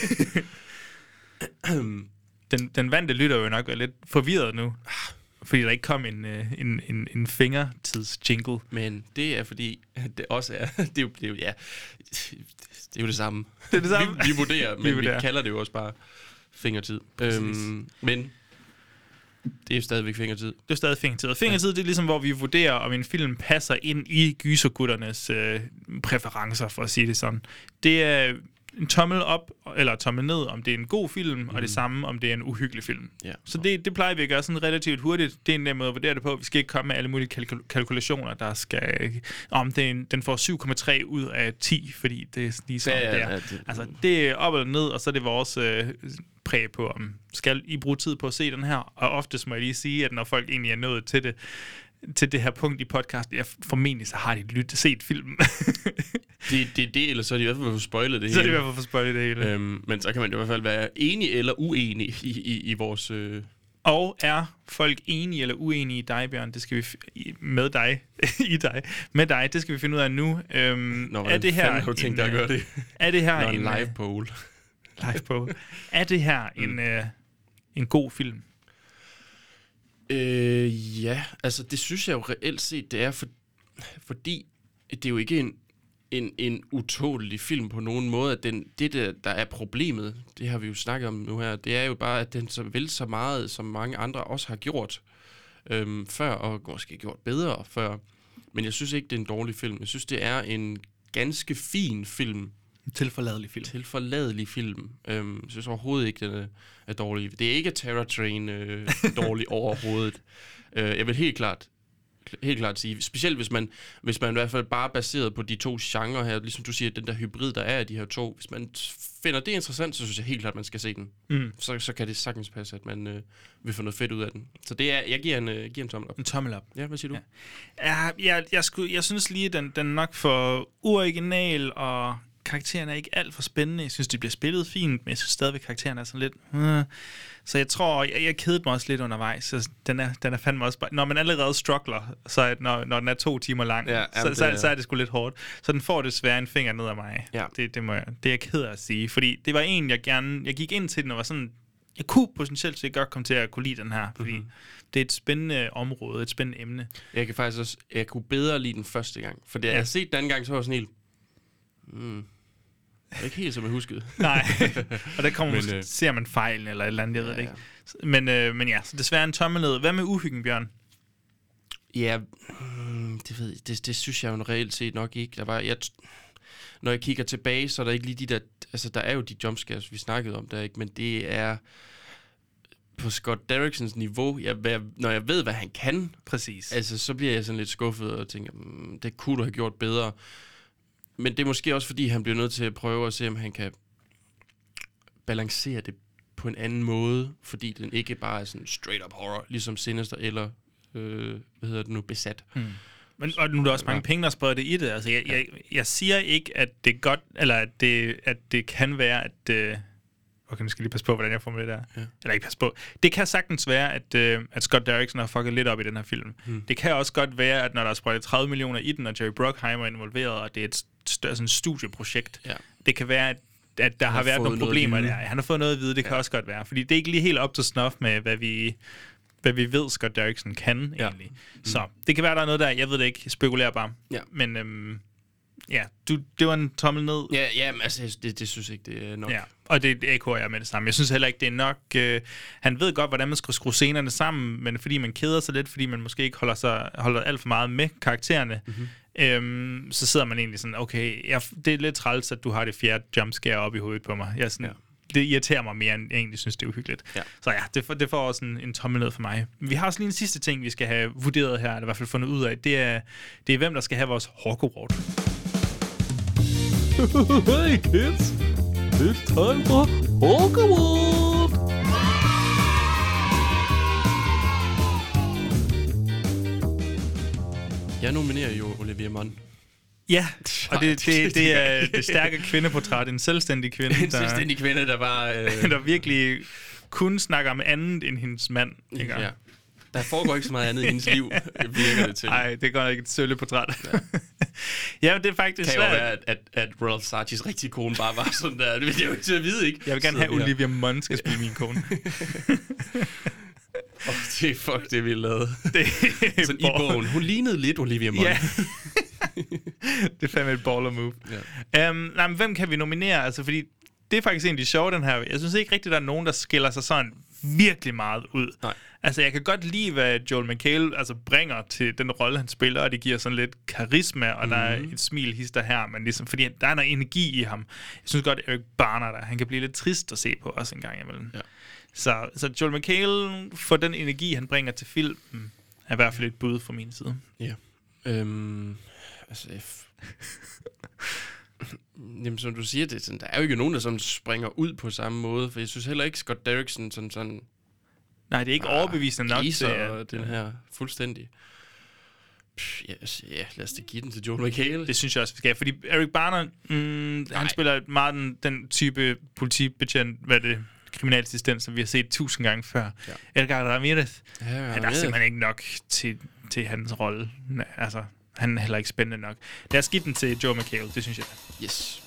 Den vante lytter jo nok være lidt forvirret nu. Fordi der ikke kom en fingertidsjingle. Men det er fordi, at det også er... Det er jo det samme. Det er det samme. Vi vurderer, men vi kalder det jo også bare fingertid. Men det er jo stadigvæk fingertid. Det er stadig fingertid. Og fingertid, det er ligesom, hvor vi vurderer, om en film passer ind i gysergutternes præferencer, for at sige det sådan. Det er en tommel op eller tommel ned, om det er en god film, og det samme, om det er en uhyggelig film. Ja. Så det plejer vi at gøre sådan relativt hurtigt. Det er en nem måde at vurdere det på. Vi skal ikke komme med alle mulige kalkulationer, der skal... Om den får 7,3 ud af 10, fordi det er lige sådan, det er. Altså, det er op eller ned, og så er det vores præg på, om skal I bruge tid på at se den her? Og oftest må jeg lige sige, at når folk egentlig er nået til det her punkt i podcasten, formentlig så har de set filmen. det, eller så er de i hvert fald fået spoilet det hele. Så er de i hvert fald fået spoilet det hele. Men så kan man i hvert fald være enig eller uenig i vores... Og er folk enige eller uenige i dig, Bjørn? Det skal vi med dig. Med dig. Det skal vi finde ud af nu. Er det her Er det her en live poll? Live poll. Er det her en god film? Ja, altså det synes jeg jo reelt set, det er, fordi det er jo ikke en utålelig film på nogen måde, at det der er problemet, det har vi jo snakket om nu her, det er jo bare, at den så meget, som mange andre også har gjort før, og måske gjort bedre før, men jeg synes ikke, det er en dårlig film. Jeg synes, det er en ganske fin film, Tilforladelig film. Jeg synes overhovedet ikke, den er dårlig. Det er ikke Terror Train dårlig overhovedet. Jeg vil helt klart sige, specielt hvis man i hvert fald bare baseret på de to genrer her, ligesom du siger, den der hybrid, der er af de her to, hvis man finder det interessant, så synes jeg helt klart, man skal se den. Så kan det sagtens passe, at man vil få noget fedt ud af den. Så det er, jeg giver en tommel op. En tommel op. Ja, hvad siger du? Ja. Jeg synes lige, den er nok for uoriginal, og karaktererne er ikke alt for spændende. Jeg synes, de bliver spillet fint, men jeg synes stadigvæk, karaktererne er sådan lidt... Så jeg tror, jeg kedede mig også lidt undervejs. Så den er fandme også bare... Når man allerede struggler, så når den er 2 timer lang, så er det sgu lidt hårdt. Så den får desværre en finger ned af mig. Ja. Det er jeg ked af at sige. Fordi det var en, jeg gik ind til den og var sådan... Jeg kunne potentielt så godt komme til at kunne lide den her, fordi det er et spændende område, et spændende emne. Jeg kan faktisk også... Jeg kunne bedre lide den første gang. For jeg har set den anden gang, så var jeg sådan helt... Det er ikke helt, som jeg huskede. Nej, og der kommer ser man fejlen eller et eller andet, jeg ved det ikke. Men ja, så desværre en tommel ned. Hvad med uhyggen, Bjørn? Ja, det synes jeg jo reelt set nok ikke. Når jeg kigger tilbage, så er der ikke lige de der... Altså, der er jo de jumpscares, vi snakkede om der, ikke? Men det er på Scott Derricksons niveau. Når jeg ved, hvad han kan, præcis. Altså, så bliver jeg sådan lidt skuffet og tænker, det kunne du have gjort bedre. Men det er måske også, fordi han bliver nødt til at prøve at se, om han kan balancere det på en anden måde, fordi den ikke bare er sådan straight up horror, ligesom Sinister eller, Besat. Men, og nu er der også mange penge, der spreder det i det. Altså, jeg siger ikke, at det er godt, eller at det kan være, at... Okay, nu skal jeg lige passe på, hvordan jeg formulerer det der. Ja. Eller ikke passe på. Det kan sagtens være, at Scott Derrickson har fucket lidt op i den her film. Det kan også godt være, at når der er sprøjtet 30 millioner i den, og Jerry Bruckheimer er involveret, og det er et større sådan studieprojekt. Ja. Det kan være, at der har været nogle problemer der. Han har fået noget at vide, det kan også godt være. Fordi det er ikke lige helt op til snuff med, hvad vi ved, Scott Derrickson kan egentlig. Så det kan være, der er noget der, jeg ved det ikke, spekulerer bare. Ja. Men... Ja, det var en tommel ned. Ja, men altså, det synes jeg ikke, det er nok. Ja, og det echoer jeg med det samme. Jeg synes heller ikke, det er nok... han ved godt, hvordan man skal skrue scenerne sammen, men fordi man keder sig lidt, fordi man måske ikke holder alt for meget med karaktererne, så sidder man egentlig sådan, okay, det er lidt træls, at du har det 4. jumpscare op i hovedet på mig. Det irriterer mig mere, end jeg egentlig synes, det er uhyggeligt. Ja. Så ja, det får også en tommel ned for mig. Vi har også lige en sidste ting, vi skal have vurderet her, eller i hvert fald fundet ud af. Det er hvem, der skal have vores Hawk Award. Hey kids, it's time for Hawk Award! Jeg nominerer jo Olivia Munn. Ja, og det er det stærke kvindeportræt, en selvstændig kvinde. En selvstændig kvinde, der bare... der virkelig kun snakker om andet end hendes mand. Ikke? Ja. Der foregår ikke så meget andet i hendes liv, virker det til. Nej, det går ikke et sølleportræt. Ja, det er faktisk svært. Kan jo være, at Ralph Sarchis rigtige kone bare var sådan der. Det vil jeg jo ikke til at vide, ikke? Jeg vil gerne have Olivia Munn skal spille min kone. Det er vi lavet. Sådan i bogen. Hun lignede lidt Olivia Munn. Ja. Det er fandme et baller move. Ja. Nej, men hvem kan vi nominere? Altså, fordi det er faktisk egentlig sjovt, den her. Jeg synes ikke rigtigt, der er nogen, der skiller sig sådan virkelig meget ud. Nej. Altså, jeg kan godt lide, hvad Joel McHale bringer til den rolle, han spiller, og det giver sådan lidt karisma, og der er et smil hister her, men ligesom, fordi der er noget energi i ham. Jeg synes godt, Eric Bana der, han kan blive lidt trist at se på også en gang imellem. Ja. Så Joel McHale, for den energi, han bringer til filmen, er i hvert fald et bud fra min side. Ja. Jamen, som du siger, det, sådan, der er jo ikke nogen, der sådan springer ud på samme måde, for jeg synes heller ikke, Scott Derrickson sådan nej, det er ikke overbevisende nok til den her fuldstændig. Ja, lad os da give den til Joel McHale. Det synes jeg også, vi skal. Fordi Eric Bana, han spiller meget den type politibetjent, kriminalassistent, som vi har set 1000 gange før. Ja. Edgar Ramirez. Han er simpelthen ikke nok til hans rolle. Altså, han er heller ikke spændende nok. Lad os give den til Joel McHale, det synes jeg. Yes.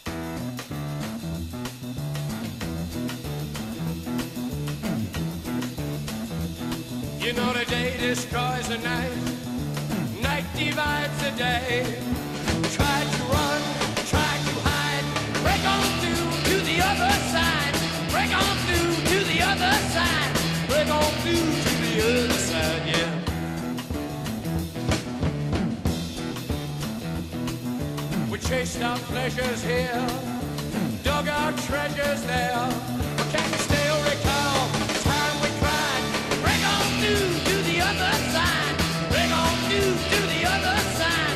You know the day destroys the night, night divides the day. Try to run, try to hide, break on through to the other side, break on through to the other side, break on through to the other side, yeah. We chased our pleasures here, dug our treasures there. But can you still recall the time we cried? Bring on through to the other side. Bring on through to the other side.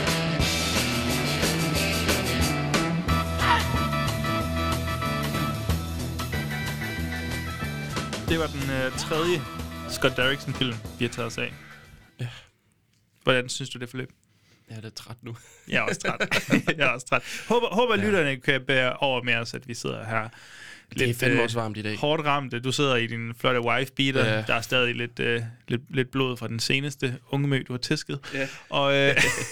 Det var den tredje Scott Derrickson-film, vi har taget os af. Ja. Hvordan synes du, det forløb? Jeg er da træt nu. Jeg er også træt. Håber lytterne kan bære over med os, at vi sidder her. Det er fandme også varmt i dag. Hårdt ramt. Du sidder i din flotte wife-beater. Ja. Der er stadig lidt blod fra den seneste ungemø, du har tæsket. Ja. Og, nej.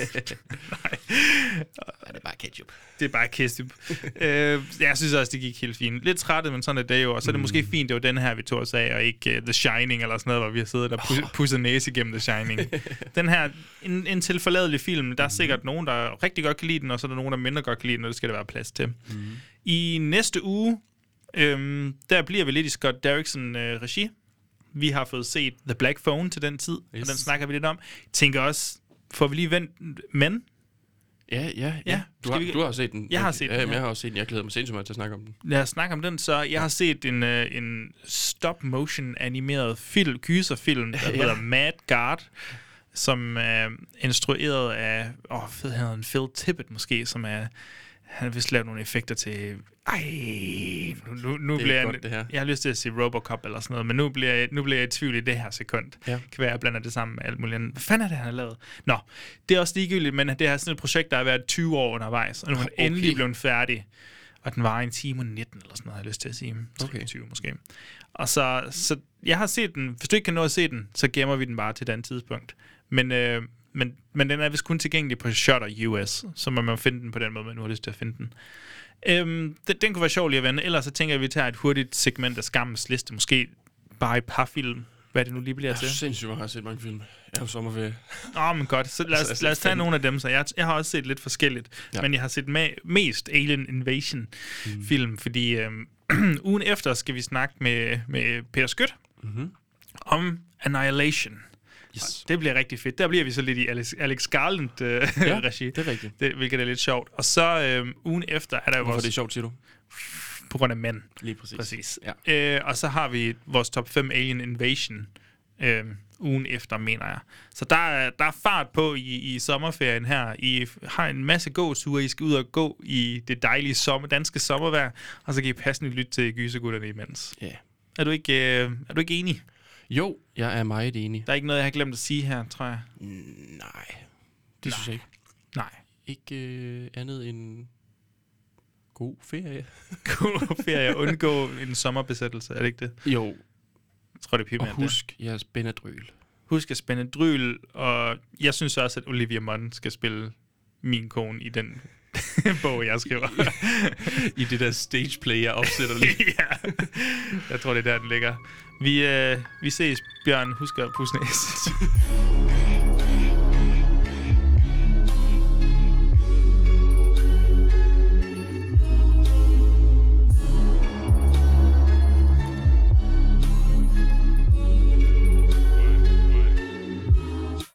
Ja, det er bare ketchup. Det er bare ketchup. Jeg synes også, det gik helt fint. Lidt trættet, men sådan er det jo. Og så er det måske fint, det var den her, vi tog os af, og ikke The Shining eller sådan noget, hvor vi har siddet og pusset næse igennem The Shining. Den her, en tilforladelig film. Der er sikkert nogen, der rigtig godt kan lide den, og så er der nogen, der mindre godt kan lide den, og det skal der være plads til. I næste uge, der bliver vi lidt i Scott Derrickson-regi. Vi har fået set The Black Phone til den tid, og den snakker vi lidt om. Jeg tænker også, får vi lige vendt Men? Ja. Du har set den. Jeg har set den. Jeg har også set den. Jeg glæder mig sindssygt meget til at snakke om den. Lad os snakke om den. Så jeg har set en stop-motion animeret gyserfilm, der hedder Mad God, som er instrueret af, Phil Tippett måske, som er, han har vist lavet nogle effekter til, nu bliver jeg, det her. Jeg har lyst til at sige Robocop eller sådan noget, men nu bliver jeg i tvivl i det her sekund. Ja. Kan være, jeg blander det sammen med alt muligt andet. Hvad fanden er det, han har lavet? Nå, det er også ligegyldigt, men det er sådan et projekt, der har været 20 år undervejs, og nu er han endelig blevet færdig. Og den var 1 time og 19 eller sådan noget, har jeg lyst til at sige. 23 måske. Og så jeg har set den. Hvis du ikke kan nå at se den, så gemmer vi den bare til den tidspunkt. Men den er vist kun tilgængelig på Shudder US, så man må finde den på den måde, man nu har lyst til at finde den. Den kunne være sjov lige at vende. Ellers så tænker jeg, at vi tager et hurtigt segment af Skammens liste. Måske bare et par film. Hvad det nu lige bliver til. Jeg synes sindssygt, jeg har set mange film. Jeg har sommerferie. Men godt. Så lad os tage nogle af dem. Så jeg har også set lidt forskelligt. Ja. Men jeg har set mest Alien Invasion-film, fordi ugen efter skal vi snakke med Peter Skødt om Annihilation. Yes. Det bliver rigtig fedt. Der bliver vi så lidt i Alex Garland-regi. Det er rigtigt. Hvilket er lidt sjovt. Og så ugen efter er der jo Hvorfor det er sjovt, siger du? På grund af mænd. Lige præcis. Ja. Og så har vi vores top 5 Alien Invasion ugen efter, mener jeg. Så der er fart på i sommerferien her. I har en masse gåture. I skal ud og gå i det dejlige danske sommervejr, og så kan I passende lytte til Gysergutterne imens. Ja. Er du ikke enig? Jo, jeg er meget enig. Der er ikke noget, jeg har glemt at sige her, tror jeg. Nej, det synes jeg ikke. Nej. Ikke andet end god ferie. God ferie. Undgå en sommerbesættelse, er det ikke det? Jo. Jeg tror, det er primært. Og husk jeres Benadryl. Husk at Benadryl, og jeg synes også, at Olivia Munn skal spille min kone i den bog, jeg skriver. I det der stageplay, jeg opsætter lige. Ja. Jeg tror, det er der, den ligger. Vi ses, Bjørn. Husk at pusse næse.